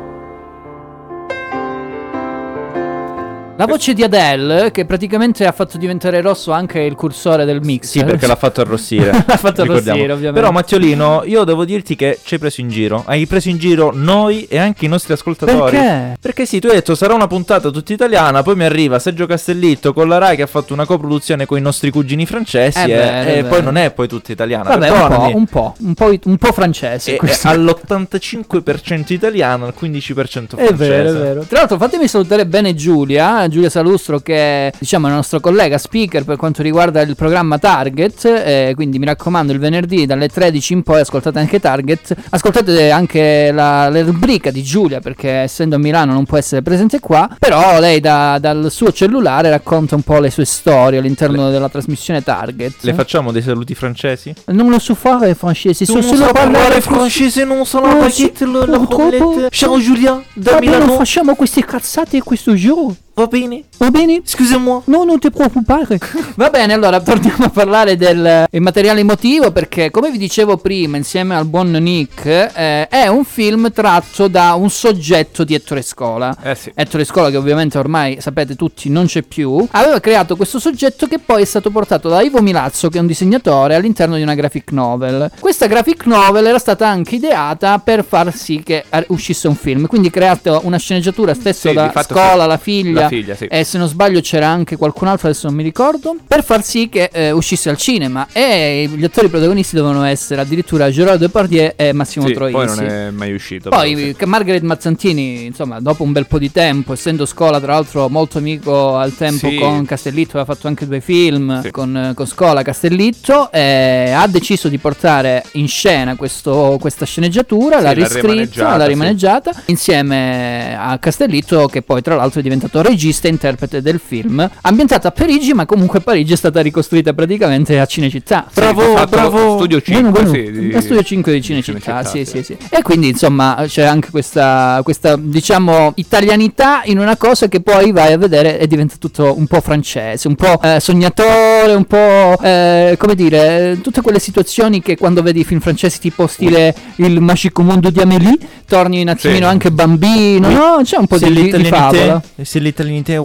La voce di Adele, che praticamente ha fatto diventare rosso anche il cursore del mix. Sì, perché l'ha fatto arrossire. L'ha fatto ricordiamo. arrossire, ovviamente. Però Mattiolino, io devo dirti che ci hai preso in giro. Hai preso in giro noi e anche i nostri ascoltatori. Perché? Perché sì, tu hai detto sarà una puntata tutta italiana, poi mi arriva Sergio Castellitto con la Rai che ha fatto una coproduzione con i nostri cugini francesi È e, vero, e è poi vero. non è poi tutta italiana. Vabbè, un po', perdonami. un po', un po', un po' francese. E- questo. e all'ottantacinque per cento italiano, al quindici per cento È francese. vero, è vero. Tra l'altro fatemi salutare bene Giulia, Giulia Salustro, che diciamo è il nostro collega speaker per quanto riguarda il programma Target, eh, quindi mi raccomando il venerdì dalle tredici in poi ascoltate anche Target, ascoltate anche la, la rubrica di Giulia, perché essendo a Milano non può essere presente qua, però lei da- dal suo cellulare racconta un po' le sue storie all'interno della trasmissione Target. Le facciamo dei saluti francesi? Non lo so fare francese, Tu so non solo sai parlare parlare francese, non so la Oh, baguette, sì, la- la purtroppo. roulette. Ciao Giulia, da Vabbè, non Milano. facciamo queste cazzate questo giorno. Va bene. Va bene? Scusami. No, non ti preoccupare. Va bene, allora torniamo a parlare del il materiale emotivo, perché come vi dicevo prima insieme al buon Nick eh, è un film tratto da un soggetto di Ettore Scola. Eh sì. Ettore Scola, che ovviamente ormai sapete tutti non c'è più, aveva creato questo soggetto che poi è stato portato da Ivo Milazzo, che è un disegnatore, all'interno di una graphic novel. Questa graphic novel era stata anche ideata per far sì che eh, uscisse un film, quindi creato una sceneggiatura stesso Sì, da di fatto Scola, sì. la figlia, La figlia, sì. e se non sbaglio c'era anche qualcun altro, adesso non mi ricordo, per far sì che eh, uscisse al cinema, e gli attori protagonisti dovevano essere addirittura Gerard Depardieu e Massimo Sì, Troisi. poi non è mai uscito. Poi però, sì. che Margaret Mazzantini, insomma, dopo un bel po' di tempo, essendo Scola tra l'altro molto amico al tempo Sì. con Castellitto, aveva fatto anche due film Sì. con, eh, con Scola, Castellitto, eh, ha deciso di portare in scena questo, questa sceneggiatura, Sì, l'ha l'ha riscritta, rimaneggiata, l'ha sì. rimaneggiata, insieme a Castellitto, che poi tra l'altro è diventato regista e interprete del film, ambientata a Parigi, ma comunque Parigi è stata ricostruita praticamente a Cinecittà. Sì, di fatto Studio cinque, Bueno, bueno, sì, di- è Studio cinque di Cinecittà, Cinecittà, sì, sì. sì, sì. E quindi insomma c'è anche questa, questa diciamo italianità in una cosa che poi vai a vedere e diventa tutto un po' francese, un po' eh, sognatore, un po' eh, come dire, eh, tutte quelle situazioni che quando vedi i film francesi tipo stile Il magico mondo di Amélie torni un attimino Sì. anche bambino, Oui. no? C'è un po' C'est di, di l'italianité. favola. C'est l'italianité.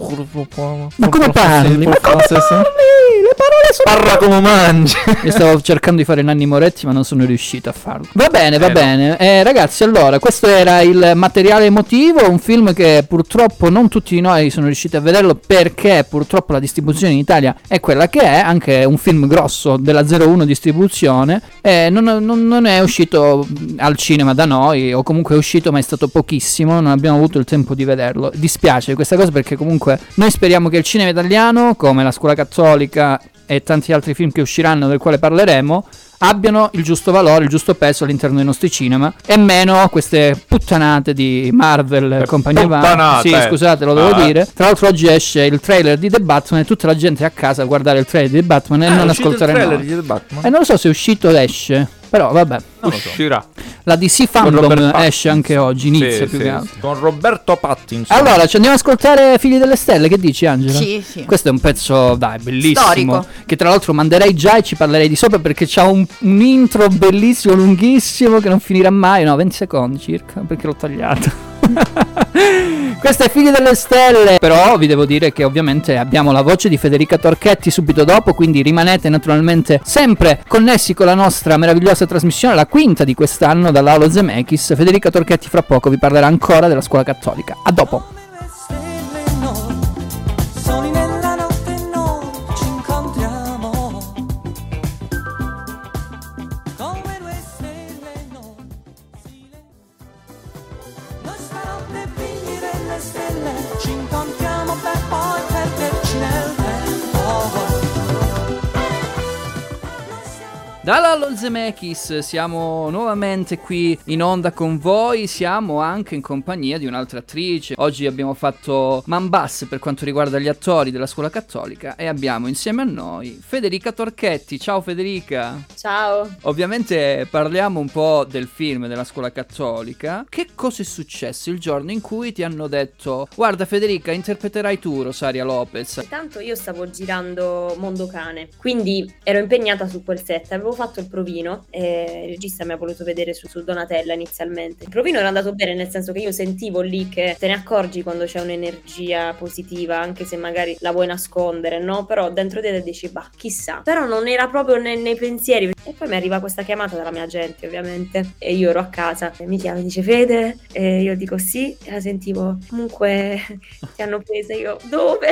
Ma come parli? Ma come parli? Le parole sono Parla come mangi. Io stavo cercando di fare Nanni Moretti, ma non sono riuscito a farlo. Va bene, va Eh, no. bene. Eh, ragazzi, allora, questo era il materiale emotivo. Un film che purtroppo non tutti di noi sono riusciti a vederlo, perché purtroppo la distribuzione in Italia è quella che è. Anche un film grosso della zero uno distribuzione. Eh, non, non- non è uscito mh, al cinema da noi, o comunque è uscito, ma è stato pochissimo. Non abbiamo avuto il tempo di vederlo. Dispiace questa cosa, perché comunque noi speriamo che il cinema italiano, come La Scuola Cattolica e tanti altri film che usciranno, del quale parleremo, abbiano il giusto valore, il giusto peso all'interno dei nostri cinema, e meno queste puttanate di Marvel e compagnia va. puttanate. Sì, scusate, lo devo Ah. dire. Tra l'altro oggi esce il trailer di The Batman e tutta la gente è a casa a guardare il trailer di The Batman e Ah, è non uscito il ascoltare trailer noi. di The Batman? E non lo so se è uscito o esce, però vabbè. Non lo so. Uscirà. La D C Con Robert Fandom Pattinson. esce anche oggi, inizia Sì, più sì, che altro. sì. Con Roberto Pattinson. Allora, ci andiamo ad ascoltare Figli delle Stelle, che dici Angela? Sì, sì. Questo è un pezzo, dai, bellissimo. Storico. Che tra l'altro manderei già e ci parlerei di sopra, perché c'ha un, un intro bellissimo, lunghissimo, che non finirà mai. No, venti secondi circa, perché l'ho tagliato. Questo è Figli delle Stelle. Però vi devo dire che ovviamente abbiamo la voce di Federica Torchetti subito dopo, quindi rimanete naturalmente sempre connessi con la nostra meravigliosa trasmissione, la quinta di quest'anno dalla Halo Zemeckis. Federica Torchetti fra poco vi parlerà ancora della scuola cattolica. A dopo. Soli nella notte noi ci incontriamo, come due stelle noi, noi stanotte figli delle stelle, ci incontriamo per poi perderci nel tempo. Dalla Halo Zemeckis siamo nuovamente qui in onda con voi, siamo anche in compagnia di un'altra attrice. Oggi abbiamo fatto man basse per quanto riguarda gli attori della scuola cattolica e abbiamo insieme a noi Federica Torchetti. Ciao Federica. Ciao. Ovviamente parliamo un po' del film della scuola cattolica. Che cosa è successo il giorno in cui ti hanno detto: guarda Federica, interpreterai tu Rosaria Lopez? Intanto io stavo girando Mondocane, quindi ero impegnata su quel set, avevo fatto il provino e il regista mi ha voluto vedere su, su Donatella inizialmente. Il provino era andato bene, nel senso che io sentivo lì che te ne accorgi quando c'è un'energia positiva, anche se magari la vuoi nascondere, no? Però dentro di te dici, bah, chissà. Però non era proprio nei, nei pensieri. E poi mi arriva questa chiamata dalla mia gente, ovviamente, e io ero a casa e mi chiama e dice: Fede? E io dico sì, e la sentivo: comunque ti hanno presa. Io dove?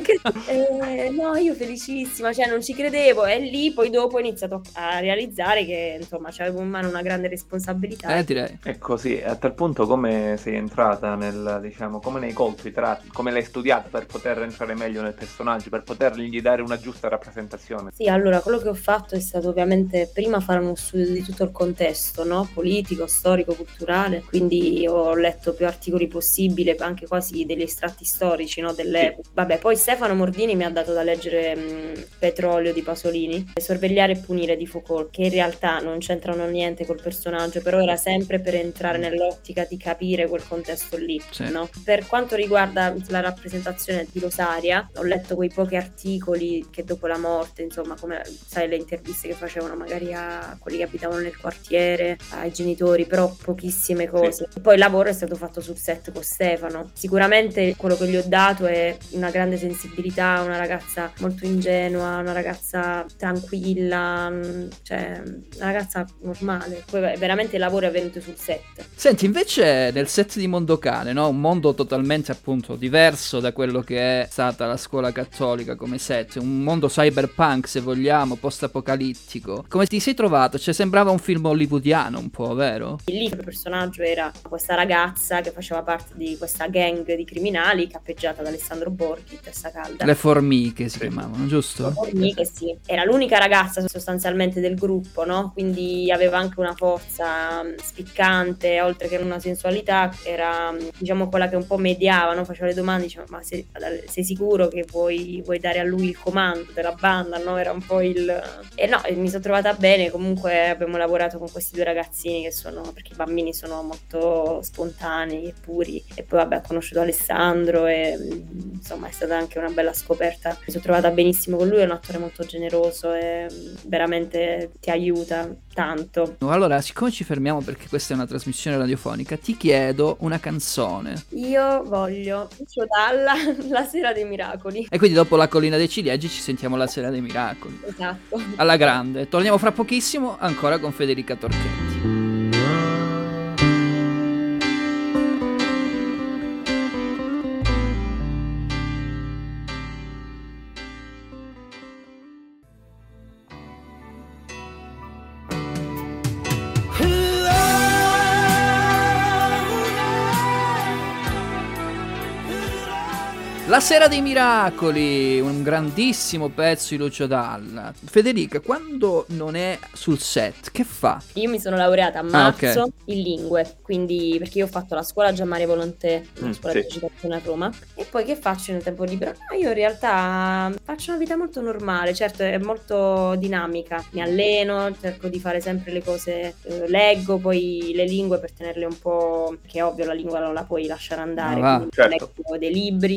eh, no, io felicissima, cioè non ci credevo. E lì poi dopo ho iniziato a realizzare che insomma c'avevo in mano una grande responsabilità. Eh, direi. E così, a tal punto come sei entrata nel, diciamo, come nei colpi tratti, come l'hai studiata per poter entrare meglio nel personaggio, per potergli dare una giusta rappresentazione? Sì, allora quello che ho fatto è stato ovviamente prima fare uno studio di tutto il contesto, no? Politico, storico, culturale, quindi ho letto più articoli possibile, anche quasi degli estratti storici, no? Dell'epoca. Sì. Vabbè, poi Stefano Mordini mi ha dato da leggere mh, Petrolio di Pasolini, Sorvegliare e punire di Foucault, che in realtà non c'entrano niente col personaggio, però era sempre per entrare nell'ottica di capire quel contesto lì, sì. No? Per quanto riguarda la rappresentazione di Rosaria, ho letto quei pochi articoli che dopo la morte, insomma, come sai, le interviste che facevano magari a quelli che abitavano nel quartiere, ai genitori, però pochissime cose. Sì. Poi il lavoro è stato fatto sul set con Stefano. Sicuramente quello che gli ho dato è una grande sensibilità, una ragazza molto ingenua, una ragazza tranquilla, cioè una ragazza normale. Poi veramente il lavoro è avvenuto sul set. Senti, invece nel set di Mondocane, no? Un mondo totalmente appunto diverso da quello che è stata la scuola cattolica come set, un mondo cyberpunk se vogliamo, post-apocalittico. Come ti sei trovato? Cioè sembrava un film hollywoodiano un po', vero? Lì il personaggio era questa ragazza che faceva parte di questa gang di criminali cappeggiata da Alessandro Borghi, testa calda. Le formiche si chiamavano, giusto? Le formiche, sì. Era l'unica ragazza sostanzialmente del gruppo, no? Quindi aveva anche una forza spiccante, oltre che una sensualità, era diciamo quella che un po' mediava, no? Faceva le domande, diceva: ma sei, sei sicuro che vuoi, vuoi dare a lui il comando della banda, no? Era un po' il... E no, mi sono trovata bene, comunque abbiamo lavorato con questi due ragazzini che sono, perché i bambini sono molto spontanei e puri, e poi vabbè ho conosciuto Alessandro e insomma è stata anche una bella scoperta. Mi sono trovata benissimo con lui, è un attore molto generoso e veramente ti aiuta tanto. Allora, siccome ci fermiamo perché questa è una trasmissione radiofonica, ti chiedo una canzone. Io voglio Lucio Dalla, La Sera dei Miracoli. E quindi dopo La Collina dei Ciliegi ci sentiamo La Sera dei Miracoli. Esatto. Alla grande. Torniamo fra pochissimo ancora con Federica Torchetti. La Sera dei Miracoli, un grandissimo pezzo di Lucio Dalla. Federica, quando non è sul set, che fa? Io mi sono laureata a marzo ah, okay. in lingue, quindi perché io ho fatto la scuola Gianmaria Volonté, una mm, scuola sì. di recitazione a Roma. E poi che faccio nel tempo libero? No, io in realtà faccio una vita molto normale, certo è molto dinamica. Mi alleno, cerco di fare sempre le cose, eh, leggo poi le lingue per tenerle un po', che è ovvio la lingua non la puoi lasciare andare, ah, quindi certo. leggo dei libri,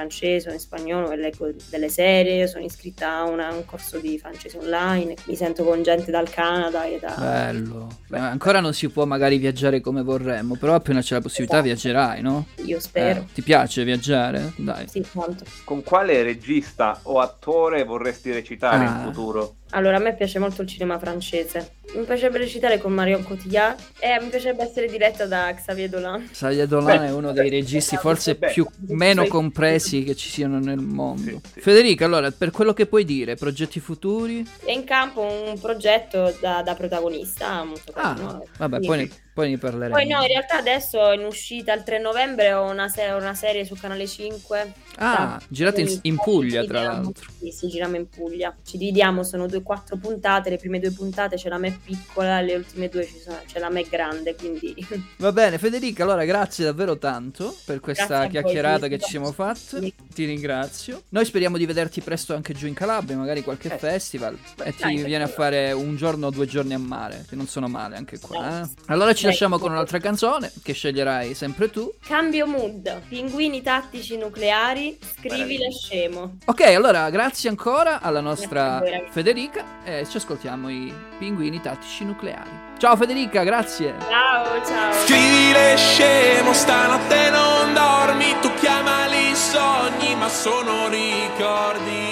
francese o in spagnolo e leggo delle serie, sono iscritta a una, un corso di francese online, mi sento con gente dal Canada e da... Bello. Beh, ancora non si può magari viaggiare come vorremmo, però appena c'è la possibilità Esatto. viaggerai, no? Io spero. Eh, ti piace viaggiare? Dai. Sì, tanto. Con quale regista o attore vorresti recitare Ah. in futuro? Allora, a me piace molto il cinema francese. Mi piacerebbe recitare con Marion Cotillard e mi piacerebbe essere diretta da Xavier Dolan. Xavier Dolan Beh, è uno dei registi forse beh, più meno sì. compresi che ci siano nel mondo. Federica, allora, per quello che puoi dire, progetti futuri? È in campo un progetto da, da protagonista molto carino. Vabbè, Quindi- poi ne, poi ne parleremo. Poi no, in realtà adesso in uscita il tre novembre ho una, se- una serie su Canale cinque. Ah, girate in, in Puglia, tra l'altro. Sì, sì, giriamo in Puglia. Ci dividiamo, sono due, quattro puntate. Le prime due puntate c'è la me piccola, le ultime due ci sono, c'è la me grande, quindi... Va bene, Federica, allora grazie davvero tanto per questa Grazie a voi, chiacchierata sì, che ci siamo fatte. Ti ringrazio. Noi speriamo di vederti presto anche giù in Calabria, magari qualche festival. E ti dai, viene a fare un giorno o due giorni a mare, che non sono male anche qua. Eh? Allora ci Dai. lasciamo con un'altra canzone che sceglierai sempre tu. Cambio mood, pinguini tattici nucleari, scrivi la scemo. Ok, allora grazie ancora alla Grazie nostra a voi, ragazzi. Federica e ci ascoltiamo i pinguini tattici nucleari. Ciao Federica, grazie. Ciao, ciao. Scrivile scemo, stanotte non dormi, tu chiamali sogni, ma sono ricordi.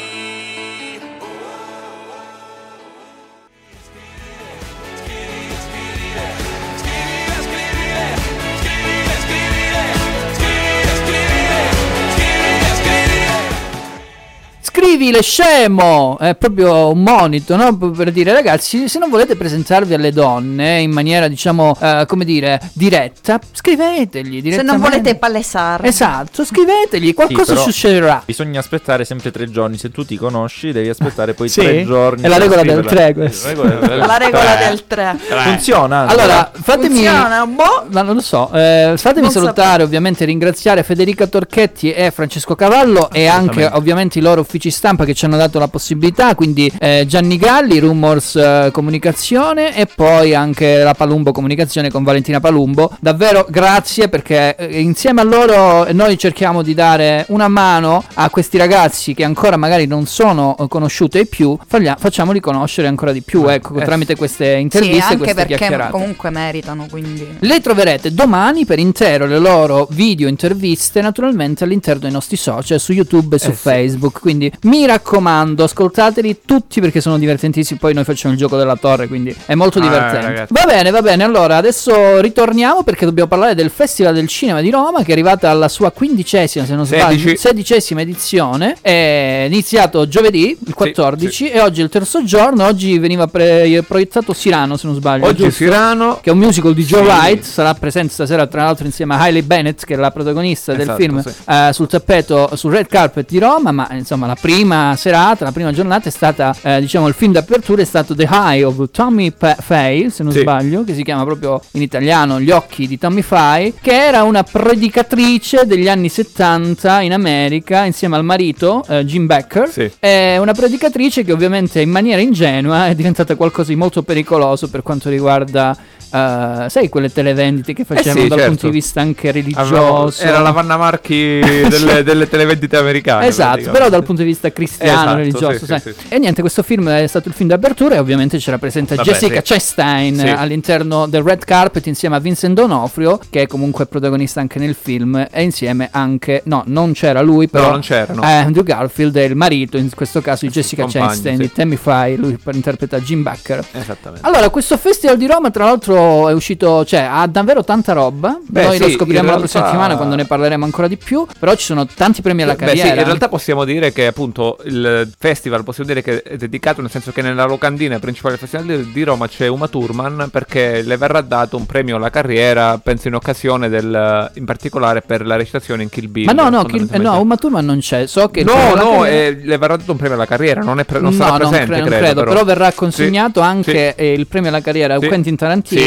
Scrivile scemo! È proprio un monito, no? Per dire, ragazzi, se non volete presentarvi alle donne in maniera, diciamo, eh, come dire, diretta, scrivetegli Se direttamente. non volete palesare. Esatto, scrivetegli, qualcosa Sì, però succederà. Bisogna aspettare sempre tre giorni. Se tu ti conosci, devi aspettare poi Sì, tre giorni. è la per regola del scriverla. tre questa. La regola del La regola tre. del tre. Funziona. Allora, fatemi Funziona, boh. Ma non lo so, eh, fatemi Non salutare, sapevo. ovviamente ringraziare Federica Torchetti e Francesco Cavallo e anche ovviamente i loro uffici stampa che ci hanno dato la possibilità, quindi eh, Gianni Galli, Rumors eh, Comunicazione e poi anche la Palumbo Comunicazione con Valentina Palumbo. Davvero grazie, perché eh, insieme a loro noi cerchiamo di dare una mano a questi ragazzi che ancora magari non sono eh, conosciuti ai più, faglia- facciamoli conoscere ancora di più, ecco, eh, tramite queste Sì, interviste, anche queste perché chiacchierate. comunque meritano, quindi... Le troverete domani per intero le loro video interviste, naturalmente all'interno dei nostri social su YouTube e su Eh sì. Facebook. Quindi mi raccomando, ascoltateli tutti perché sono divertentissimi. Poi noi facciamo il gioco della torre, quindi è molto Ah, divertente. ragazzi. Va bene, va bene. Allora adesso ritorniamo perché dobbiamo parlare del Festival del Cinema di Roma, che è arrivata alla sua quindicesima, se non sbaglio, Sedici. sedicesima edizione. È iniziato giovedì, il quattordici, e oggi è il terzo giorno. Oggi veniva pre- proiettato Cyrano, se non sbaglio. Oggi giusto? Cyrano, Che è un musical di Joe Sì. Wright, sarà presente stasera tra l'altro insieme a Hailey Bennett, che è la protagonista del Esatto, film, sì. eh, sul tappeto, sul red carpet di Roma. Ma insomma la prima serata, la prima giornata è stata, eh, diciamo, il film d'apertura è stato The Eye of Tommy Pa- Faye, se non Sì. sbaglio, che si chiama proprio in italiano Gli occhi di Tommy Faye, che era una predicatrice degli anni settanta in America insieme al marito, eh, Jim Becker. Sì. È una predicatrice che ovviamente in maniera ingenua è diventata qualcosa di molto pericoloso per quanto riguarda, eh, sai, quelle televendite che facevano sì, dal certo. punto di vista anche Avevamo- religioso. era la Vanna Marchi delle, delle televendite americane. Esatto, praticamente. però dal punto di vista cristiano, Esatto, religioso, sì, sai. sì, sì. E niente, questo film è stato il film d'apertura e ovviamente c'era presente Vabbè, Jessica sì. Chastain Sì. all'interno del red carpet insieme a Vincent D'Onofrio, che è comunque protagonista anche nel film, e insieme anche, no, non c'era lui, però No, non c'era, no. eh, Andrew Garfield è il marito, in questo caso di Jessica compagno, Chastain, sì. di Tammy Faye, lui per interpreta Jim Becker. Esattamente. Allora, questo festival di Roma, tra l'altro, è uscito, cioè, ha davvero tanta roba. Beh, Noi lo sì, scopriremo in la prossima realtà- settimana quando ne parleremo ancora di più. Però ci sono tanti premi alla Beh, carriera. sì, in realtà possiamo dire che appunto il festival, possiamo dire che è dedicato, nel senso che nella locandina principale del festival di- di Roma c'è Uma Thurman, perché le verrà dato un premio alla carriera, penso in occasione del, in particolare per la recitazione in Kill Bill. Ma no, no, Kill- fondamentalmente. no, Uma Thurman non c'è. So che il No, premio alla no, carriera- eh, le verrà dato un premio alla carriera, non, è pre- non no, sarà non presente, cre- non credo, credo, però. però verrà consegnato Sì, anche eh, il premio alla carriera a Sì. Quentin Tarantino, Sì,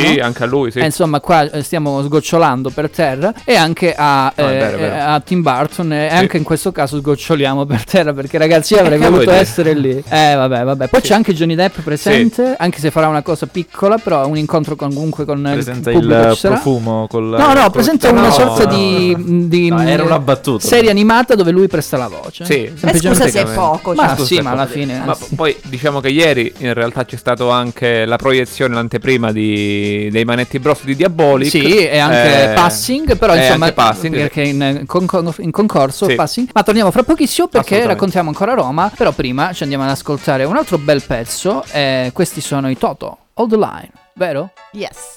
Sì, anche a lui, sì. E insomma, qua eh, stiamo sgocciolando per terra. E anche a, No, è eh, vero, è vero. a Tim Burton. E Sì. anche in questo caso sgoccioliamo per terra, perché ragazzi io avrei che voluto vuoi dire? essere lì. Eh vabbè, vabbè. Poi c'è anche Johnny Depp presente, anche se farà una cosa piccola, però un incontro con- comunque con Presenta il pubblico il ci sarà. profumo col... No, no, col- presenta No, una no, sorta no, di, no. di No, mh, era una battuta. serie animata dove lui presta la voce. Sì. Eh, scusa se è poco. Ma cioè. Scusa, sì, se ma posso alla dire. fine Ma anzi. p- poi diciamo che ieri in realtà c'è stato anche la proiezione, l'anteprima di, dei Manetti Bros di Diabolic. Sì, e anche Eh, Passing, però e insomma, anche Passing, perché in, concor- in concorso Sì. Passing. Ma torniamo fra pochissimo perché Assolutamente. raccontiamo ancora Roma, però prima ci andiamo ad ascoltare un altro bel pezzo, e questi sono i Toto, Hold the Line, vero? Yes.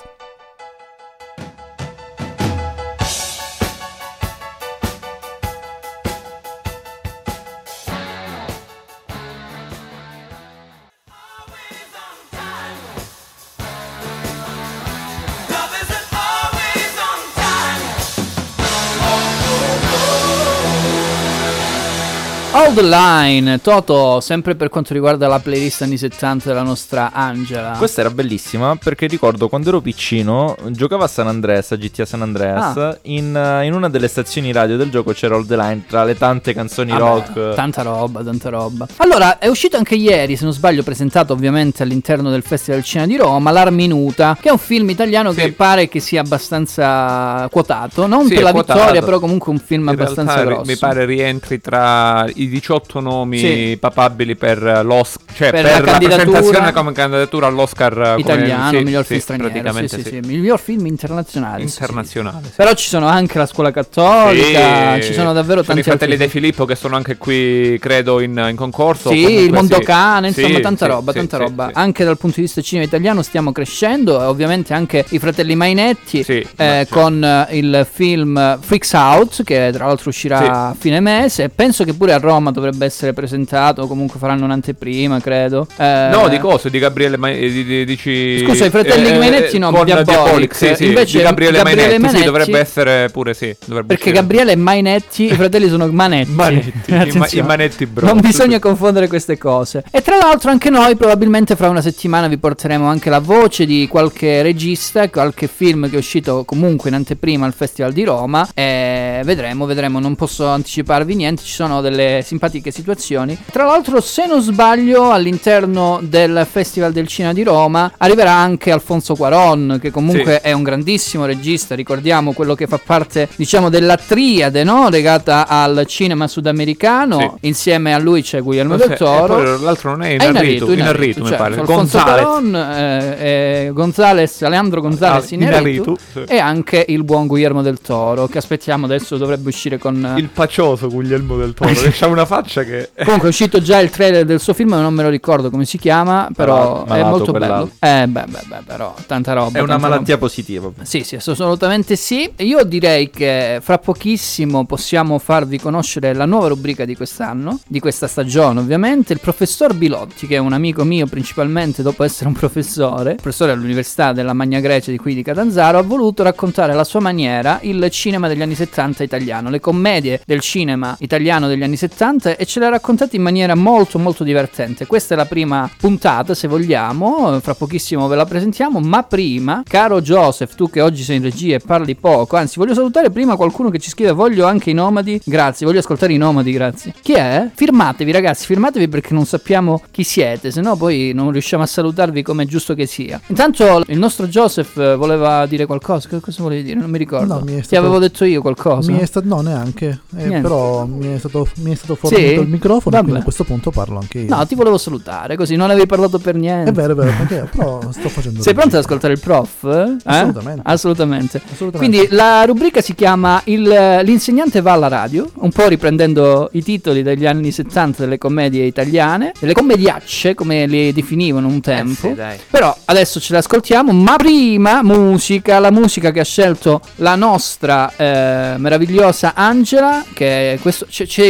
Hold the Line, Toto, sempre per quanto riguarda la playlist anni settanta della nostra Angela. Questa era bellissima perché ricordo quando ero piccino giocavo a San Andreas, a G T A San Andreas. Ah. in, eh, in una delle stazioni radio del gioco c'era All the Line tra le tante canzoni Vabbè, rock. Tanta roba, tanta roba. Allora, è uscito anche ieri, se non sbaglio, presentato ovviamente all'interno del Festival del Cinema di Roma, L'Arminuta, che è un film italiano Sì. che pare che sia abbastanza quotato, non Sì, per è la quotato. vittoria, però comunque un film In abbastanza realtà, grosso. mi pare rientri tra i diciotto nomi Sì. papabili per l'Oscar, cioè Per per, la la, candidatura- presentazione come candidatura all'Oscar come- Italiano, sì, miglior sì, film straniero, sì, praticamente sì, sì. sì, miglior film internazionale. sì, sì. Internazionale, sì. Però ci sono anche la scuola cattolica, Sì, ci sono davvero sono tanti i fratelli altri De Filippo che sono anche qui, credo, in, in concorso. Sì, comunque il mondo sì. cane, insomma, Sì, tanta sì, roba, sì, tanta sì, roba. sì. Anche dal punto di vista del cinema italiano stiamo crescendo, e ovviamente anche i fratelli Mainetti Sì, eh, ma certo. con eh, il film Freaks Out, che tra l'altro uscirà Sì. a fine mese. Penso che pure a Roma dovrebbe essere presentato, comunque faranno un'anteprima, credo. Eh, No, di cosa? Di Gabriele Ma- di, di, dici, Scusa, i fratelli eh, Mainetti no, con Diabolic. Sì, sì, Invece di Gabriele, Gabriele Mainetti, Mainetti- sì, dovrebbe essere pure sì. Dovrebbe Perché uscire. Gabriele e Mainetti, i fratelli sono Manetti. Manetti, i ma- Attenzione. i Manetti Bros. Non bisogna confondere queste cose. E tra l'altro anche noi probabilmente fra una settimana vi porteremo anche la voce di qualche regista, qualche film che è uscito comunque in anteprima al Festival di Roma. E vedremo, vedremo, non posso anticiparvi niente, ci sono delle simpatiche situazioni. Tra l'altro, se non sbaglio, all'interno del Festival del Cinema di Roma arriverà anche Alfonso Cuarón, che comunque Sì. è un grandissimo regista, ricordiamo quello che fa parte, diciamo, della triade, no? Legata al cinema sudamericano. Insieme a lui c'è Guillermo Non del so- e Toro. poi l'altro non è È Inarritu, Inarritu, mi certo, pare. Alfonso Gonzalez. Cuarón, eh, eh, Gonzales, Alejandro González Ah, Inarritu, Inarritu, sì. e anche il buon Guillermo del Toro, che aspettiamo adesso, dovrebbe uscire con... Il pacioso Guglielmo del Toro, che ha una faccia che... Comunque è uscito già il trailer del suo film, non me lo ricordo come si chiama, però è malato molto quell'altro. bello. Eh beh, beh, beh, però tanta roba. È una tanta malattia roba. positiva. Sì, sì, assolutamente sì. Io direi che fra pochissimo possiamo farvi conoscere la nuova rubrica di quest'anno, di questa stagione ovviamente. Il professor Bilotti, che è un amico mio principalmente dopo essere un professore, professore all'Università della Magna Grecia di qui di Catanzaro, ha voluto raccontare alla sua maniera il cinema degli anni settanta italiano, le commedie del cinema italiano degli anni settanta, e ce le ha raccontate in maniera molto molto divertente. Questa è la prima puntata, se vogliamo, fra pochissimo ve la presentiamo, ma prima, caro Joseph, tu che oggi sei in regia e parli poco, anzi voglio salutare prima qualcuno che ci scrive: voglio anche i nomadi, grazie, voglio ascoltare i nomadi, grazie. Chi è? Firmatevi ragazzi, firmatevi perché non sappiamo chi siete, se no poi non riusciamo a salutarvi come è giusto che sia. Intanto il nostro Joseph eh, voleva dire qualcosa, che cosa volevi dire? Non mi ricordo. No, mi è Ti stato- avevo detto io qualcosa? Mi è stato, no, neanche. Eh, Niente. però mi è stato, mi è stato fornito Sì? il microfono, Vabbè. quindi a questo punto parlo anche io. No, ti volevo salutare, così non avevi parlato per niente. È vero, è vero, perché però sto facendo. Sei pronto ad ascoltare il prof? Eh? Assolutamente. Assolutamente. Assolutamente. Quindi la rubrica si chiama il, L'insegnante va alla radio, un po' riprendendo i titoli degli anni settanta delle commedie italiane, delle commediacce come le definivano un tempo. sì, dai. Però adesso ce le ascoltiamo, ma prima musica, la musica che ha scelto la nostra eh, meravigliosa Angela, che questo, ci, ci devi parlare di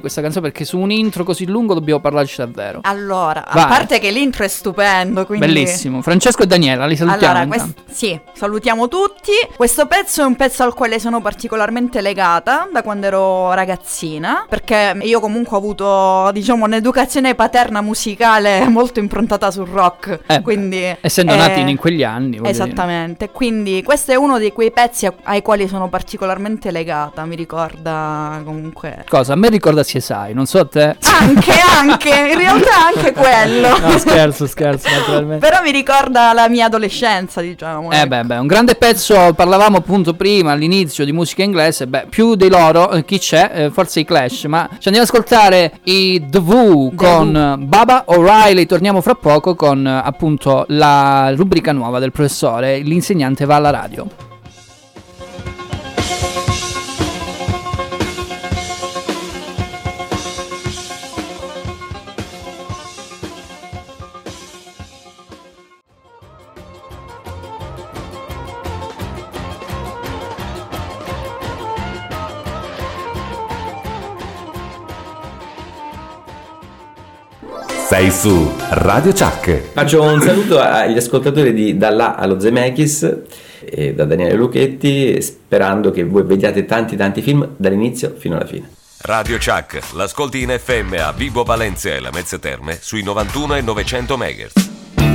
questa canzone, perché su un intro così lungo dobbiamo parlarci davvero. Allora, Vai. a parte che l'intro è stupendo, quindi... Bellissimo. Francesco e Daniela, li salutiamo. Allora, quest- sì, salutiamo tutti. Questo pezzo è un pezzo al quale sono particolarmente legata da quando ero ragazzina, perché io comunque ho avuto, diciamo, un'educazione paterna musicale molto improntata sul rock, Eh, quindi... essendo eh, nati in quegli anni. voglio dire. Esattamente, quindi questo è uno di quei pezzi a- ai quali sono particolarmente legata, mi ricorda comunque... Cosa? A me ricorda C S I, non so a te. Anche, anche, in realtà anche quello. No, scherzo, scherzo, naturalmente. Però mi ricorda la mia adolescenza, diciamo. Eh beh, beh, un grande pezzo, parlavamo appunto prima all'inizio di musica inglese, beh, più di loro, eh, chi c'è? Eh, forse i Clash, ma ci andiamo ad ascoltare i The Who con eh, Baba O'Reilly, torniamo fra poco con eh, appunto la rubrica nuova del professore, l'insegnante va alla radio. Sei su Radio Chuck. Faccio un saluto agli ascoltatori di Dalla allo Zemeckis e da Daniele Lucchetti, sperando che voi vediate tanti tanti film dall'inizio fino alla fine. Radio Chuck, l'ascolti in F M a Vibo Valencia e la Mezze Terme sui novantuno e novecento megahertz.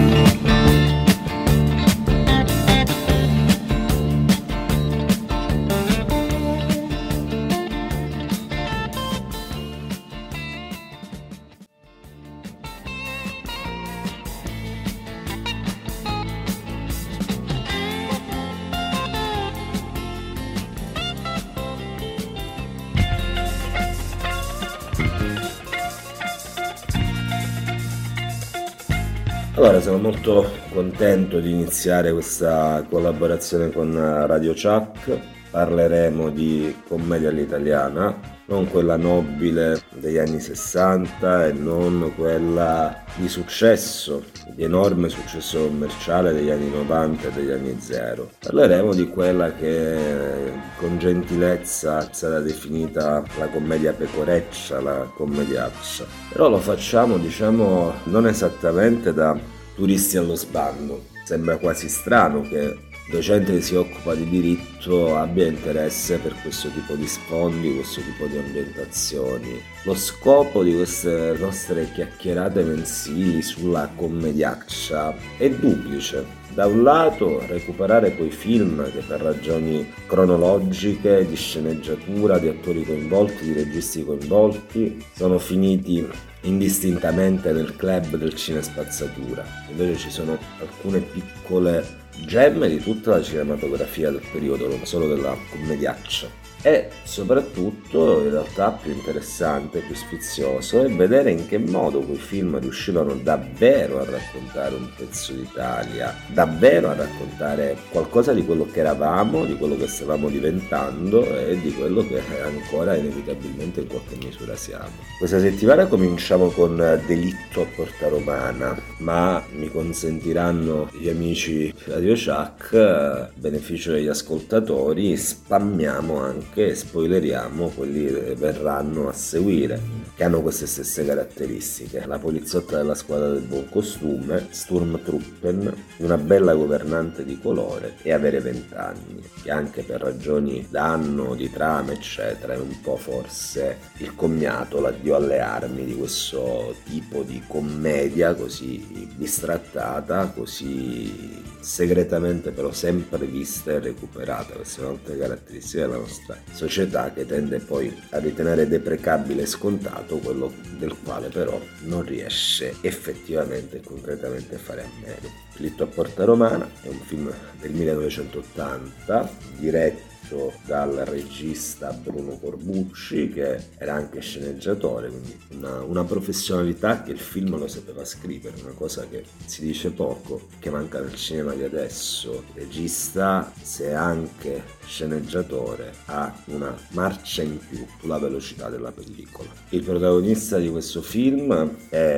Allora, sono molto contento di iniziare questa collaborazione con Radio Chuck. Parleremo di commedia all'italiana, non quella nobile degli anni sessanta e non quella di successo, di enorme successo commerciale degli anni novanta e degli anni zero. Parleremo di quella che con gentilezza è stata definita la commedia pecoreccia, la commediaccia. Però lo facciamo, diciamo, non esattamente da turisti allo sbando. Sembra quasi strano che docente che si occupa di diritto abbia interesse per questo tipo di sfondi, questo tipo di ambientazioni. Lo scopo di queste nostre chiacchierate mensili sulla commediaccia è duplice. Da un lato recuperare quei film che per ragioni cronologiche, di sceneggiatura, di attori coinvolti, di registi coinvolti, sono finiti indistintamente nel club del cinespazzatura. Invece ci sono alcune piccole gemme di tutta la cinematografia del periodo, non solo della commediaccia. E soprattutto, in realtà, più interessante, più sfizioso è vedere in che modo quei film riuscivano davvero a raccontare un pezzo d'Italia, davvero a raccontare qualcosa di quello che eravamo, di quello che stavamo diventando e di quello che ancora inevitabilmente in qualche misura siamo. Questa settimana cominciamo con Delitto a Porta Romana, ma mi consentiranno gli amici Radio Chuck, a beneficio degli ascoltatori, spammiamo anche che spoileriamo quelli che verranno a seguire, che hanno queste stesse caratteristiche. La poliziotta della squadra del buon costume, Sturmtruppen, una bella governante di colore e avere vent'anni, che anche per ragioni d'anno, di trama eccetera è un po' forse il commiato, l'addio alle armi di questo tipo di commedia così bistrattata, così segretamente però sempre vista e recuperata. Queste sono altre caratteristiche della nostra società, che tende poi a ritenere deprecabile e scontato quello del quale però non riesce effettivamente e concretamente a fare a meno. Delitto a Porta Romana è un film del millenovecentottanta diretto dal regista Bruno Corbucci, che era anche sceneggiatore, quindi una, una professionalità che il film lo sapeva scrivere, una cosa che si dice poco, che manca nel cinema di adesso. Il regista, se anche sceneggiatore, ha una marcia in più sulla velocità della pellicola. Il protagonista di questo film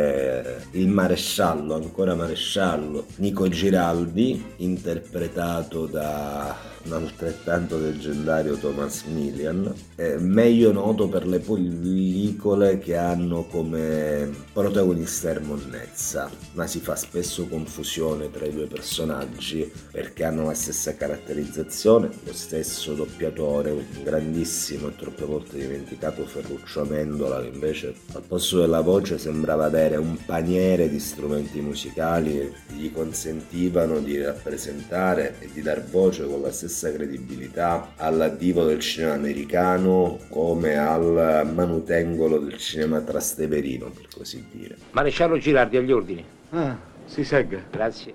è il maresciallo, ancora maresciallo, Nico Giraldi, interpretato da un altrettanto del leggendario Thomas Millian, eh, meglio noto per le pellicole che hanno come protagonista Ermonnezza, ma si fa spesso confusione tra i due personaggi perché hanno la stessa caratterizzazione, lo stesso doppiatore, un grandissimo e troppe volte dimenticato Ferruccio Amendola, che invece al posto della voce sembrava avere un paniere di strumenti musicali che gli consentivano di rappresentare e di dar voce con la stessa credibilità al divo del cinema americano come al manutengolo del cinema trasteverino, per così dire. Maresciallo Girardi agli ordini. Ah, si segga. Grazie.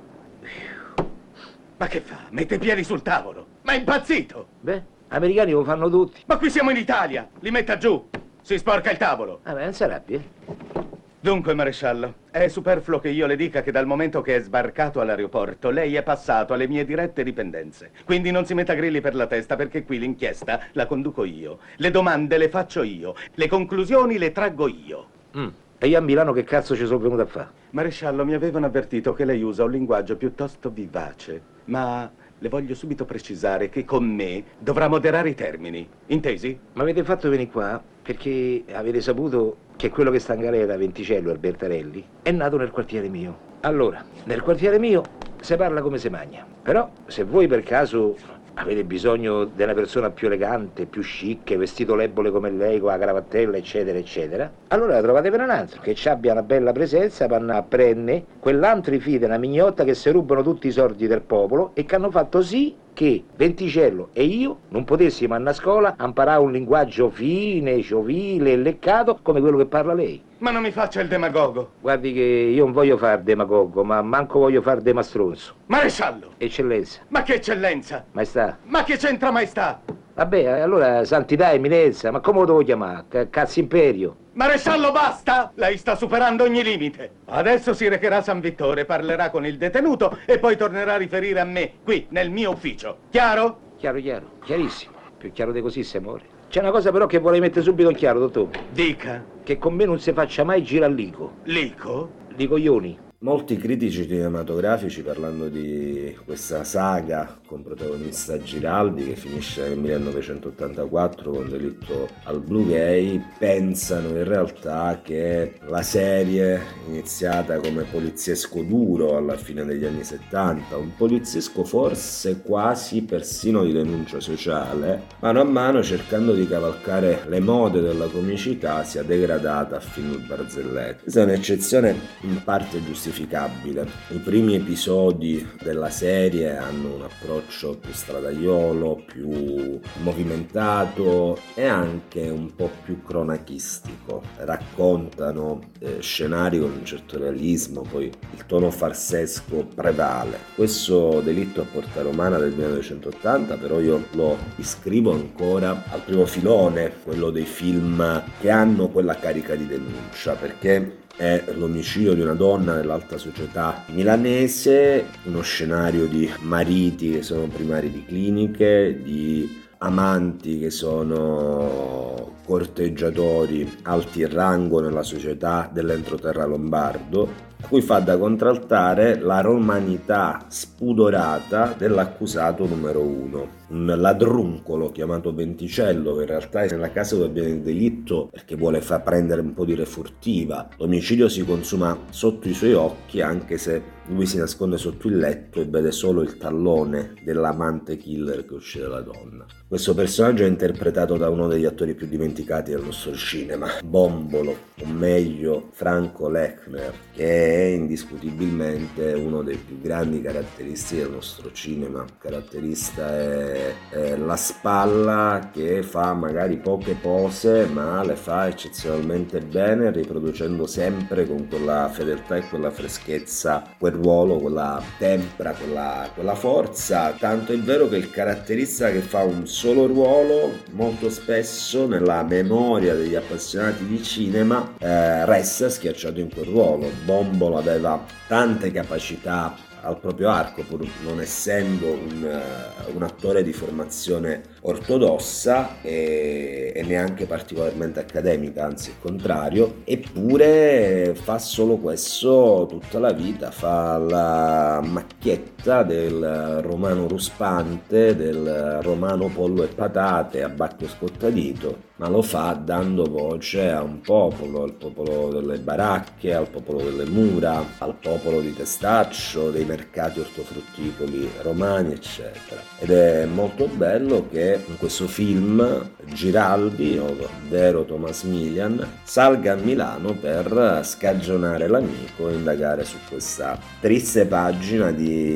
Ma che fa? Mette i piedi sul tavolo. Ma è impazzito! Beh, americani lo fanno tutti. Ma qui siamo in Italia! Li metta giù! Si sporca il tavolo! Vabbè, non si arrabbi, eh? Dunque, maresciallo, è superfluo che io le dica che dal momento che è sbarcato all'aeroporto lei è passato alle mie dirette dipendenze. Quindi non si metta grilli per la testa, perché qui l'inchiesta la conduco io. Le domande le faccio io. Le conclusioni le traggo io. Mm. E io a Milano che cazzo ci sono venuto a fare? Maresciallo, mi avevano avvertito che lei usa un linguaggio piuttosto vivace, ma le voglio subito precisare che con me dovrà moderare i termini. Intesi? Ma avete fatto venire qua perché avete saputo che quello che sta in galera, Venticello, Albertarelli, è nato nel quartiere mio. Allora, nel quartiere mio si parla come si magna. Però, se voi per caso avete bisogno di una persona più elegante, più chic, vestito lebole come lei, con la cravattella, eccetera, eccetera, allora la trovate per un altro, che ci abbia una bella presenza, per andare a prendere quell'altro fide, una mignotta che si rubano tutti i soldi del popolo e che hanno fatto sì che Venticello e io non potessimo andare a scuola a imparare un linguaggio fine, ciovile e leccato come quello che parla lei. Ma non mi faccia il demagogo. Guardi che io non voglio far demagogo, ma manco voglio far demastronzo. Maresciallo! Eccellenza. Ma che eccellenza? Maestà. Ma che c'entra maestà? Vabbè, allora santità, eminenza, ma come lo devo chiamare? C- cazzo imperio. Maresciallo, basta! Lei sta superando ogni limite. Adesso si recherà a San Vittore, parlerà con il detenuto e poi tornerà a riferire a me, qui, nel mio ufficio. Chiaro? Chiaro, chiaro, chiarissimo. Più chiaro di così se muore. C'è una cosa però che vorrei mettere subito in chiaro, dottore. Dica. Che con me non si faccia mai girare lico. Lico? Di coglioni. Molti critici cinematografici, parlando di questa saga con protagonista Giraldi che finisce nel millenovecentottantaquattro con Delitto al Blue Gay, pensano in realtà che la serie, iniziata come poliziesco duro alla fine degli anni settanta, un poliziesco forse quasi persino di denuncia sociale, mano a mano cercando di cavalcare le mode della comicità, sia degradata a film barzellette. Questa è un'eccezione in parte giustificata. I primi episodi della serie hanno un approccio più stradaiolo, più movimentato e anche un po' più cronachistico. Raccontano eh, scenari con un certo realismo, poi il tono farsesco prevale. Questo Delitto a Porta Romana del millenovecentottanta però io lo iscrivo ancora al primo filone, quello dei film che hanno quella carica di denuncia, perché è l'omicidio di una donna nell'alta società milanese, uno scenario di mariti che sono primari di cliniche, di amanti che sono corteggiatori alti in rango nella società dell'entroterra lombardo, a cui fa da contraltare la romanità spudorata dell'accusato numero uno, un ladruncolo chiamato Venticello, che in realtà è nella casa dove avviene il delitto perché vuole far prendere un po' di refurtiva. L'omicidio si consuma sotto i suoi occhi, anche se lui si nasconde sotto il letto e vede solo il tallone dell'amante killer che uccide la donna. Questo personaggio è interpretato da uno degli attori più dimenticati del nostro cinema, Bombolo, o meglio Franco Lechner, che è indiscutibilmente uno dei più grandi caratteristi del nostro cinema. Il caratterista è, è la spalla che fa magari poche pose, ma le fa eccezionalmente bene, riproducendo sempre con quella fedeltà e quella freschezza quel ruolo, quella tempra, quella, quella forza. Tanto è vero che il caratterista che fa un solo ruolo molto spesso nella memoria degli appassionati di cinema eh, resta schiacciato in quel ruolo. Bombolo aveva tante capacità al proprio arco, pur non essendo un, un attore di formazione ortodossa e, e neanche particolarmente accademica, anzi il contrario, eppure fa solo questo tutta la vita, fa la macchietta del romano ruspante, del romano pollo e patate a Bacchio scottadito, ma lo fa dando voce a un popolo, al popolo delle baracche, al popolo delle mura, al popolo di Testaccio, dei mercati ortofrutticoli romani, eccetera. Ed è molto bello che in questo film Giraldi, ovvero Thomas Milian, salga a Milano per scagionare l'amico e indagare su questa triste pagina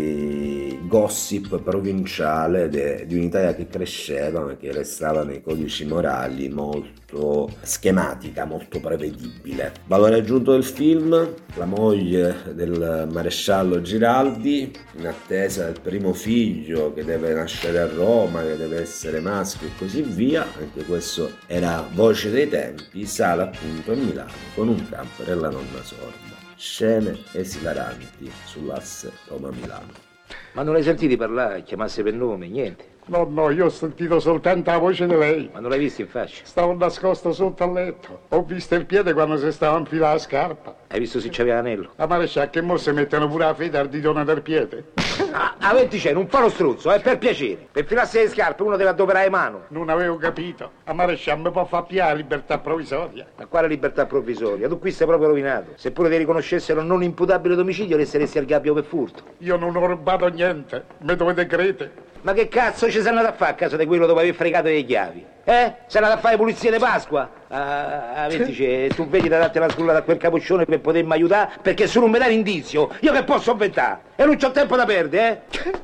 di gossip provinciale de, di un'Italia che cresceva ma che restava nei codici morali molto schematica, molto prevedibile. Valore aggiunto del film: la moglie del maresciallo Giraldi, in attesa del primo figlio che deve nascere a Roma, che deve essere maschio e così via, anche questo era voce dei tempi, sale appunto a Milano con un camper e la nonna sorda. Scene esilaranti sull'asse Roma-Milano. Ma non hai sentito parlare, chiamasse per nome, niente? No, no, io ho sentito soltanto la voce di lei. Ma non l'hai visto in faccia? Stavo nascosto sotto al letto. Ho visto il piede quando si stava a infilare la scarpa. Hai visto se c'aveva l'anello? La maresciallo che mo si mettono pure la fede al ditone del piede. Ah, a venti non fa lo struzzo, è per piacere. Per filarsi le scarpe uno deve adoperare mano. Non avevo capito. La maresciallo mi può far piare libertà provvisoria. Ma quale libertà provvisoria? Tu qui sei proprio rovinato. Seppure ti riconoscessero non imputabile domicilio, resteresti al gabbio per furto. Io non ho rubato niente. Me dovete credere. Ma che cazzo ci sei andato a fare a casa di quello dopo aver fregato le chiavi? Eh? Sei andato a fare pulizie di Pasqua? Ah, ah vedi, tu vedi da darti la scuola da quel capoccione per potermi aiutare, perché se non mi dai l'indizio, io che posso inventare? E non c'ho tempo da perdere,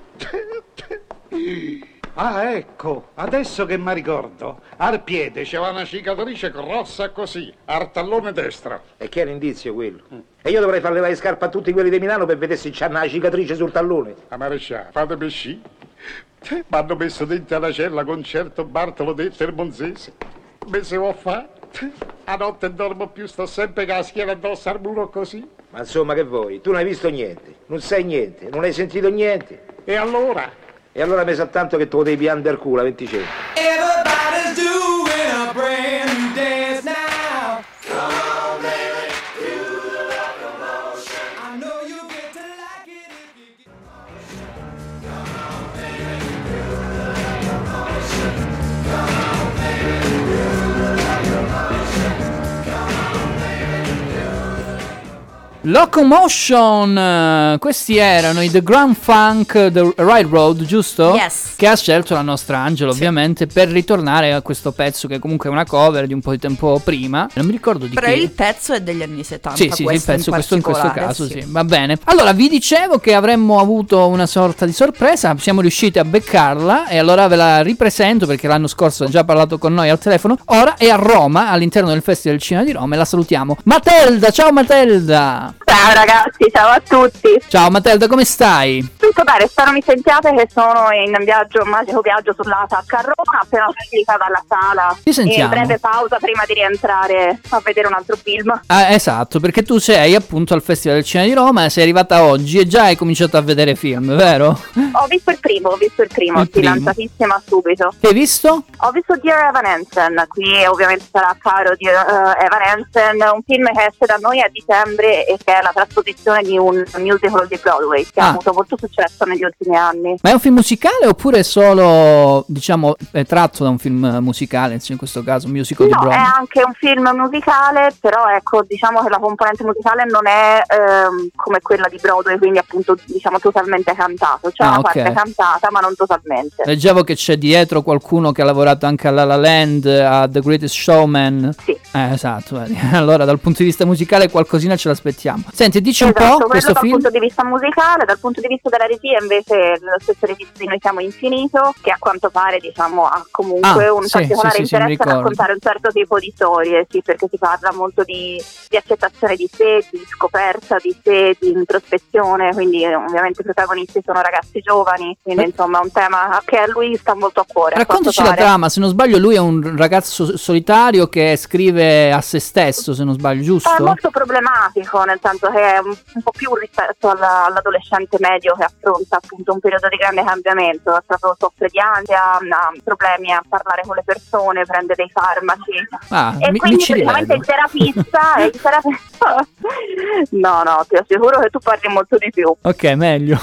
eh? Ah, ecco, adesso che mi ricordo, al piede c'era una cicatrice grossa così, al tallone destro. E che è l'indizio quello? Mm. E io dovrei far levare le scarpe a tutti quelli di Milano per vedere se c'hanno una cicatrice sul tallone. A maresciallo, fate pesci. Mi hanno messo dentro alla cella con certo Bartolo detto il Monzese. Me se può fare? A notte dormo più, sto sempre con la schiena addosso al muro così. Ma insomma che vuoi? Tu non hai visto niente, non sai niente, non hai sentito niente. E allora? E allora mi sa tanto che tu devi piangere il culo a venticinque. Everybody's doing a brand new dance now. Come on, baby, do the locomotion. I know you get to like it if you get... Come on, baby, do the locomotion. Come on, baby, do the locomotion. Come on, baby, do the Locomotion, questi erano i The Grand Funk The Railroad, giusto? Yes. Che ha scelto la nostra Angela, sì, ovviamente, per ritornare a questo pezzo che comunque è una cover di un po' di tempo prima. Non mi ricordo di Però chi. il pezzo è degli anni settanta. Sì, sì, il pezzo, in questo in questo particolare, caso, sì. sì, va bene. Allora, vi dicevo che avremmo avuto una sorta di sorpresa, siamo riusciti a beccarla e allora ve la ripresento perché l'anno scorso ha già parlato con noi al telefono. Ora è a Roma, all'interno del Festival del Cinema di Roma, e la salutiamo. Matilda, ciao Matilda! Ciao ragazzi, ciao a tutti. Ciao Matilda, come stai? Tutto bene, spero mi sentiate che sono in viaggio, magico viaggio sulla Sacca a Roma, appena uscita dalla sala. Ti sentiamo. In breve pausa prima di rientrare a vedere un altro film. Ah, esatto, perché tu sei appunto al Festival del Cinema di Roma, sei arrivata oggi e già hai cominciato a vedere film, vero? Ho visto il primo, ho visto il primo, il sì, primo. lanciatissima subito. Che hai visto? Ho visto Dear Evan Hansen, qui ovviamente sarà caro di uh, Evan Hansen, un film che esce da noi a dicembre e che è la trasposizione di un musical di Broadway che Ah. ha avuto molto successo negli ultimi anni. Ma è un film musicale oppure è solo, diciamo, è tratto da un film musicale, in questo caso un musical No, di Broadway? è anche un film musicale, però ecco, diciamo che la componente musicale non è ehm, come quella di Broadway, quindi appunto diciamo totalmente cantato, c'è Ah, una ok. parte cantata ma non totalmente. Leggevo che c'è dietro qualcuno che ha lavorato anche a La La Land, a The Greatest Showman. Sì. Eh, esatto, vedi. Allora dal punto di vista musicale qualcosina ce l'aspettiamo. Senti, dici Esatto, un po' quello questo dal film? punto di vista musicale, dal punto di vista della regia invece lo stesso regista di Noi Siamo Infinito, che a quanto pare diciamo ha comunque Ah, un sì, particolare sì, sì, sì, mi interesse a ricordo. raccontare un certo tipo di storie, sì, perché si parla molto di, di accettazione di sé, di scoperta di sé, di introspezione, quindi eh, ovviamente i protagonisti sono ragazzi giovani, quindi Eh. insomma è un tema che a lui sta molto a cuore. a Raccontaci quanto la pare. trama, se non sbaglio lui è un ragazzo solitario che scrive fine a se stesso, se non sbaglio, giusto? È molto problematico, nel senso che è un, un po' più rispetto alla- all'adolescente medio che affronta appunto un periodo di grande cambiamento, è proprio soffre di ansia, ha problemi a parlare con le persone, prende dei farmaci. Ah, e mi- quindi mi ci praticamente rivedo. il terapista, il terapista no no, ti assicuro che tu parli molto di più. Ok, meglio.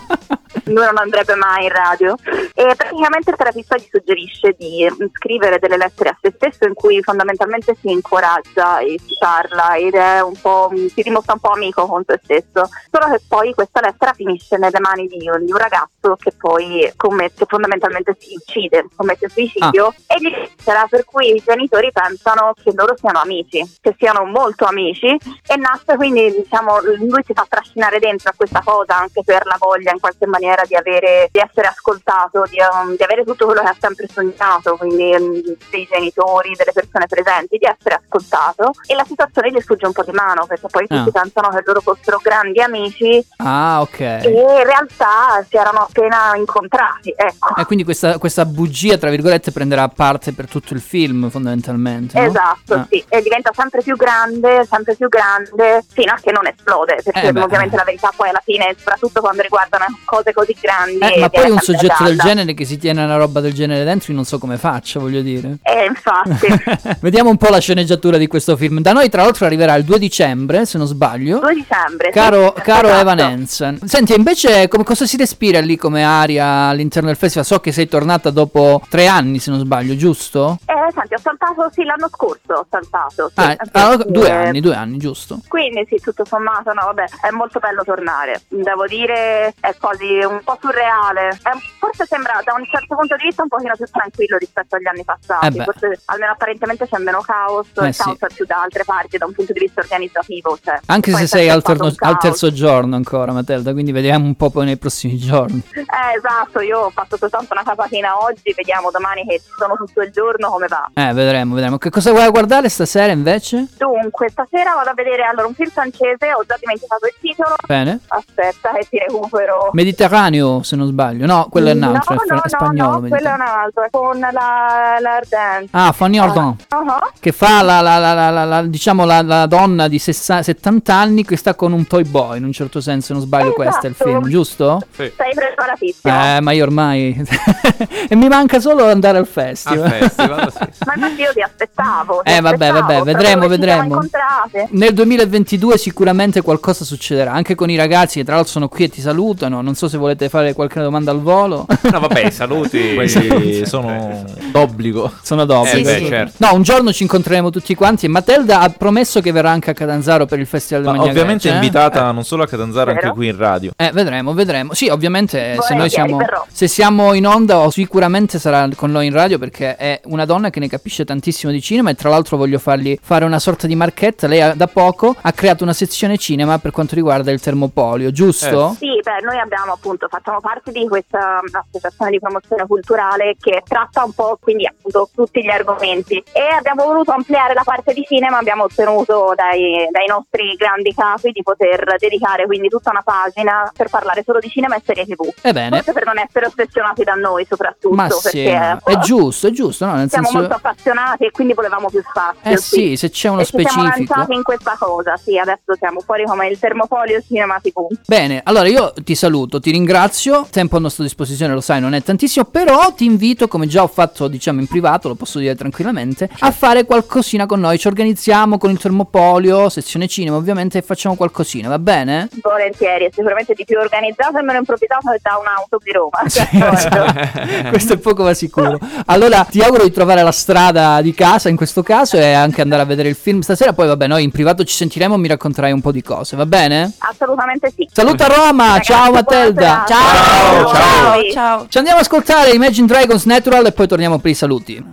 Lui non andrebbe mai in radio e praticamente il terapista gli suggerisce di eh, scrivere delle lettere a se stesso in cui fondamentalmente si incoraggia e si parla ed è un po' si dimostra un po' amico con se stesso, solo che poi questa lettera finisce nelle mani di un, di un ragazzo che poi commette fondamentalmente si uccide, commette suicidio e gli lettera per cui i genitori pensano che loro siano amici, che siano molto amici e nasce quindi diciamo lui si fa trascinare dentro a questa cosa anche per la voglia in qualche maniera di avere di essere ascoltato, di, um, di avere tutto quello che ha sempre sognato, quindi um, dei genitori, delle persone presenti, di essere ascoltato e la situazione gli sfugge un po' di mano perché poi Ah. tutti pensano che loro fossero grandi amici Ah, ok. e in realtà si erano appena incontrati, ecco. E quindi questa, questa bugia, tra virgolette, prenderà parte per tutto il film, fondamentalmente, no? Esatto, Ah. sì, e diventa sempre più grande, sempre più grande, fino a che non esplode, perché Eh beh. ovviamente la verità poi alla fine, soprattutto quando riguardano cose così grandi. Eh, ma viene poi un sempre soggetto del gialla. genere che si tiene una roba del genere dentro, io non so come faccia, voglio dire. Eh, infatti. Vediamo un po' la sceneggiatura di questo film. Da noi, tra l'altro, arriverà il due dicembre, se non sbaglio. due dicembre. Caro, sì, caro esatto. Evan Hansen. Senti, invece, come, cosa si respira lì come aria all'interno del festival? So che sei tornata dopo tre anni, se non sbaglio, giusto? Eh, senti, ho saltato, sì, l'anno scorso ho saltato. Sì, Ah, perché, allora, due eh, anni, due anni, giusto? Quindi sì, tutto sommato, no, vabbè, è molto bello tornare. Devo dire, è quasi un po' surreale. È, forse sembra, da un certo punto di vista, un pochino più tranquillo rispetto agli anni passati. Eh beh. Forse, almeno apparentemente c'è meno caos, Eh il sì. caos è più da altre parti, da un punto di vista organizzativo. Cioè, Anche poi se è sei sempre al, stato terno- un caos. al terzo giorno ancora, Matilda, quindi vediamo un po' poi nei prossimi giorni. Eh, esatto, io ho fatto soltanto una capatina oggi, vediamo domani che ci sono tutto il giorno come va. Eh, vedremo, vedremo. Che cosa vuoi guardare stasera invece? Dunque, stasera vado a vedere allora un film francese, ho già dimenticato il titolo. Bene. Aspetta che ti recupero. Mediterraneo, se non sbaglio. No, quello è un altro, no, è, fr- no, è spagnolo. no, no, quello è Mediterraneo. un altro, è con la, la Ardenne. Ah, Fanny Ardant. Ah, Che fa la, la, la, la, la- la- diciamo la, la donna di sessa- settanta anni che sta con un toy boy, in un certo senso, se non sbaglio, questo è il Esatto. film, giusto? Sì. Sei preparatissimo. Eh, ma io ormai e mi manca solo andare al festival. Al festival, sì. Ma infatti io ti aspettavo. ti Eh, vabbè, aspettavo, vabbè, proprio vedremo, che ci siamo vedremo. incontrate. Nel duemilaventidue sicuramente qualcosa succederà, anche con i ragazzi che tra l'altro sono qui e ti salutano. Non so se volete fare qualche domanda al volo. No, vabbè, i saluti. Questi sono d'obbligo. Sono d'obbligo. Eh, beh, sì. certo. No, un giorno ci incontreremo tutti quanti e Matilda ha promesso che verrà anche a Catanzaro per il Festival del Ma Magna ovviamente è Grecia, eh? invitata non solo a Catanzaro, anche Vero? qui in radio. Eh, vedremo, vedremo. Sì, ovviamente eh, se noi Volentieri, siamo verrò. se siamo in onda o sicuramente sarà con noi in radio perché è una donna che ne capisce tantissimo di cinema e tra l'altro voglio fargli fare una sorta di marchetta. Lei ha- da poco ha creato una sezione cinema per quanto riguarda il Termopolio, giusto? Sì, beh, noi abbiamo appunto, facciamo parte di questa mm, associazione di promozione culturale che tratta un po' quindi appunto tutti gli argomenti e abbiamo voluto ampliare la parte di cinema, abbiamo ottenuto dai, dai nostri grandi capi di poter dedicare quindi tutta una pagina per parlare solo di cinema e serie tv. Ebbene. Forse per non essere ossessionati da noi soprattutto, Ma sì, perché ma è giusto, è giusto, no? Nel siamo senso molto appassionati e quindi volevamo più spazio. Eh sì, se c'è uno e ci siamo specifico. lanciati in questa cosa, sì, adesso siamo fuori come il Termopolio Cinema tivù. Bene, allora io ti saluto, ti ringrazio, tempo a nostra disposizione lo sai non è tantissimo, però ti invito come già ho fatto diciamo in privato, lo posso dire tranquillamente, a fare qualcosina con noi, ci organizziamo con il Termopolio, sezione cinema ovviamente e facciamo qualcosina, va bene? Volentieri, è sicuramente di più organizzato e meno improvvisato che da un'auto di Roma. Sì, questo è poco ma sicuro. Allora ti auguro di trovare la strada di casa in questo caso e anche andare a vedere il film stasera, poi vabbè noi in privato ci sentiremo e mi racconterai un po' di cose, va bene? Assolutamente sì. Saluta Roma, Ragazzi, ciao buona Matilda. serata. Ciao, Ciao. Ciao. Ci andiamo ad ascoltare Imagine Dragons Natural e poi torniamo per i saluti.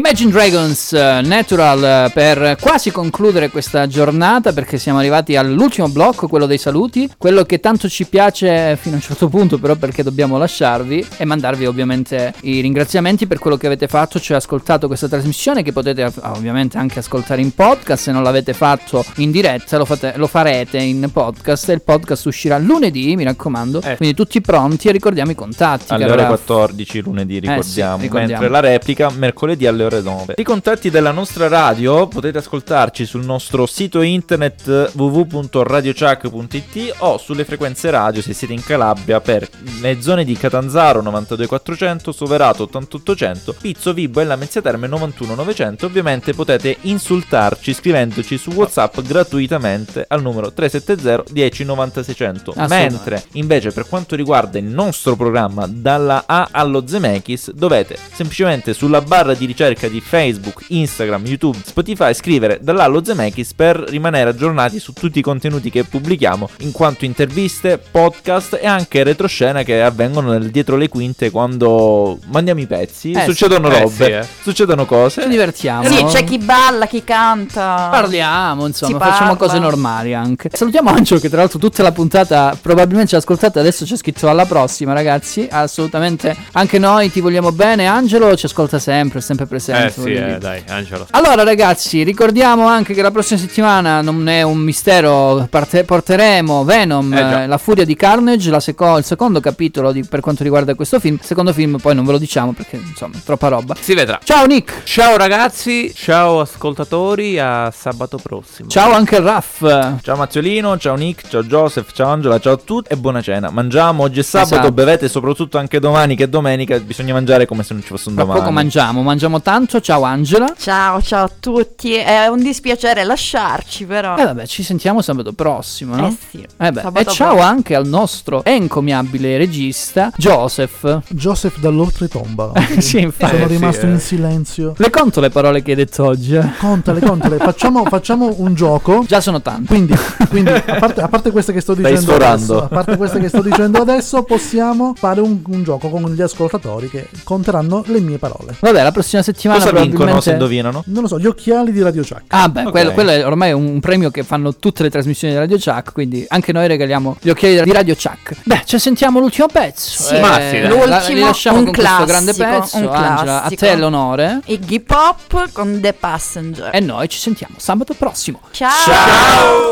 Imagine Dragons, uh, Natural, uh, per quasi concludere questa giornata, perché siamo arrivati all'ultimo blocco, quello dei saluti, quello che tanto ci piace fino a un certo punto, però perché dobbiamo lasciarvi e mandarvi ovviamente i ringraziamenti per quello che avete fatto, cioè ascoltato questa trasmissione, che potete uh, ovviamente anche ascoltare in podcast. Se non l'avete fatto in diretta lo, fate, lo farete in podcast, e il podcast uscirà lunedì, mi raccomando, eh. quindi tutti pronti, e ricordiamo i contatti alle ore quattordici lunedì, ricordiamo, eh sì, ricordiamo, mentre la replica mercoledì alle ore nove. I contatti della nostra radio: potete ascoltarci sul nostro sito internet w w w punto radio chuck punto i t o sulle frequenze radio se siete in Calabria per le zone di Catanzaro novantadue quattrocento, Soverato ottantotto Pizzo, Vibo e Lamezia Terme novantuno novecento. Ovviamente potete insultarci scrivendoci su WhatsApp gratuitamente al numero tre sette zero dieci novanta seicento. Mentre invece per quanto riguarda il nostro programma Dalla A allo Zemeckis, dovete semplicemente sulla barra di ricerca di Facebook, Instagram, YouTube, Spotify scrivere Dalla A allo Zemeckis per rimanere aggiornati su tutti i contenuti che pubblichiamo, in quanto interviste, podcast e anche retroscena che avvengono nel dietro le quinte quando mandiamo i pezzi. Eh, succedono sì. robe, Eh, sì, eh. succedono cose. Ci divertiamo. Sì, c'è chi balla, chi canta. Parliamo, insomma, Si facciamo parla. cose normali anche. Salutiamo Angelo, che tra l'altro tutta la puntata probabilmente ci ha ascoltato, adesso c'è scritto alla prossima, ragazzi. Assolutamente anche noi ti vogliamo bene. Angelo ci ascolta sempre, è sempre presente. Eh sì, voglio eh, dire. dai, Angelo. Allora ragazzi, ricordiamo anche che la prossima settimana, non è un mistero, parte- porteremo Venom, Eh, già. eh, la furia di Carnage, la seco- il secondo capitolo di- per quanto riguarda questo film. Il secondo film poi non ve lo diciamo perché insomma è troppa roba. Si vedrà. Ciao Nick. Ciao ragazzi, ciao ascoltatori, a sabato prossimo. Ciao anche Raff. Ciao Mazziolino, ciao Nick, ciao Joseph, ciao Angela, ciao a tutti e buona cena. Mangiamo, oggi è sabato, Esatto. bevete soprattutto anche domani che è domenica, bisogna mangiare come se non ci fosse un Tra domani. poco mangiamo, mangiamo tanto. Ciao Angela. Ciao, ciao a tutti. È un dispiacere lasciarci, però. E eh vabbè, ci sentiamo sabato prossimo, no? Eh sì. Eh beh, Sabato e ciao prossimo. anche al nostro encomiabile regista Joseph. Joseph dall'oltretomba. Sì, infatti. Sono Eh, sì, rimasto eh. in silenzio. Le conto le parole che hai detto oggi? eh? Contale, contale. Facciamo, facciamo un gioco. Già sono tante. Quindi, quindi a, parte, a parte queste che sto Stai dicendo sforando. adesso, a parte queste che sto dicendo adesso, possiamo fare un, un gioco con gli ascoltatori che conteranno le mie parole. Vabbè, la prossima settimana Cosa vincono probabilmente... se indovinano? Non lo so, gli occhiali di Radio Chuck. Ah beh, Ok. quello, quello è ormai un premio che fanno tutte le trasmissioni di Radio Chuck, quindi anche noi regaliamo gli occhiali di Radio Chuck. Beh, ci sentiamo l'ultimo pezzo. Sì. Eh, Ma sì, dai. la- L'ultimo, li lasciamo un con questo classico, grande pezzo. un Angela, a classico. te l'onore. Iggy Pop con The Passenger. E noi ci sentiamo sabato prossimo. Ciao. Ciao.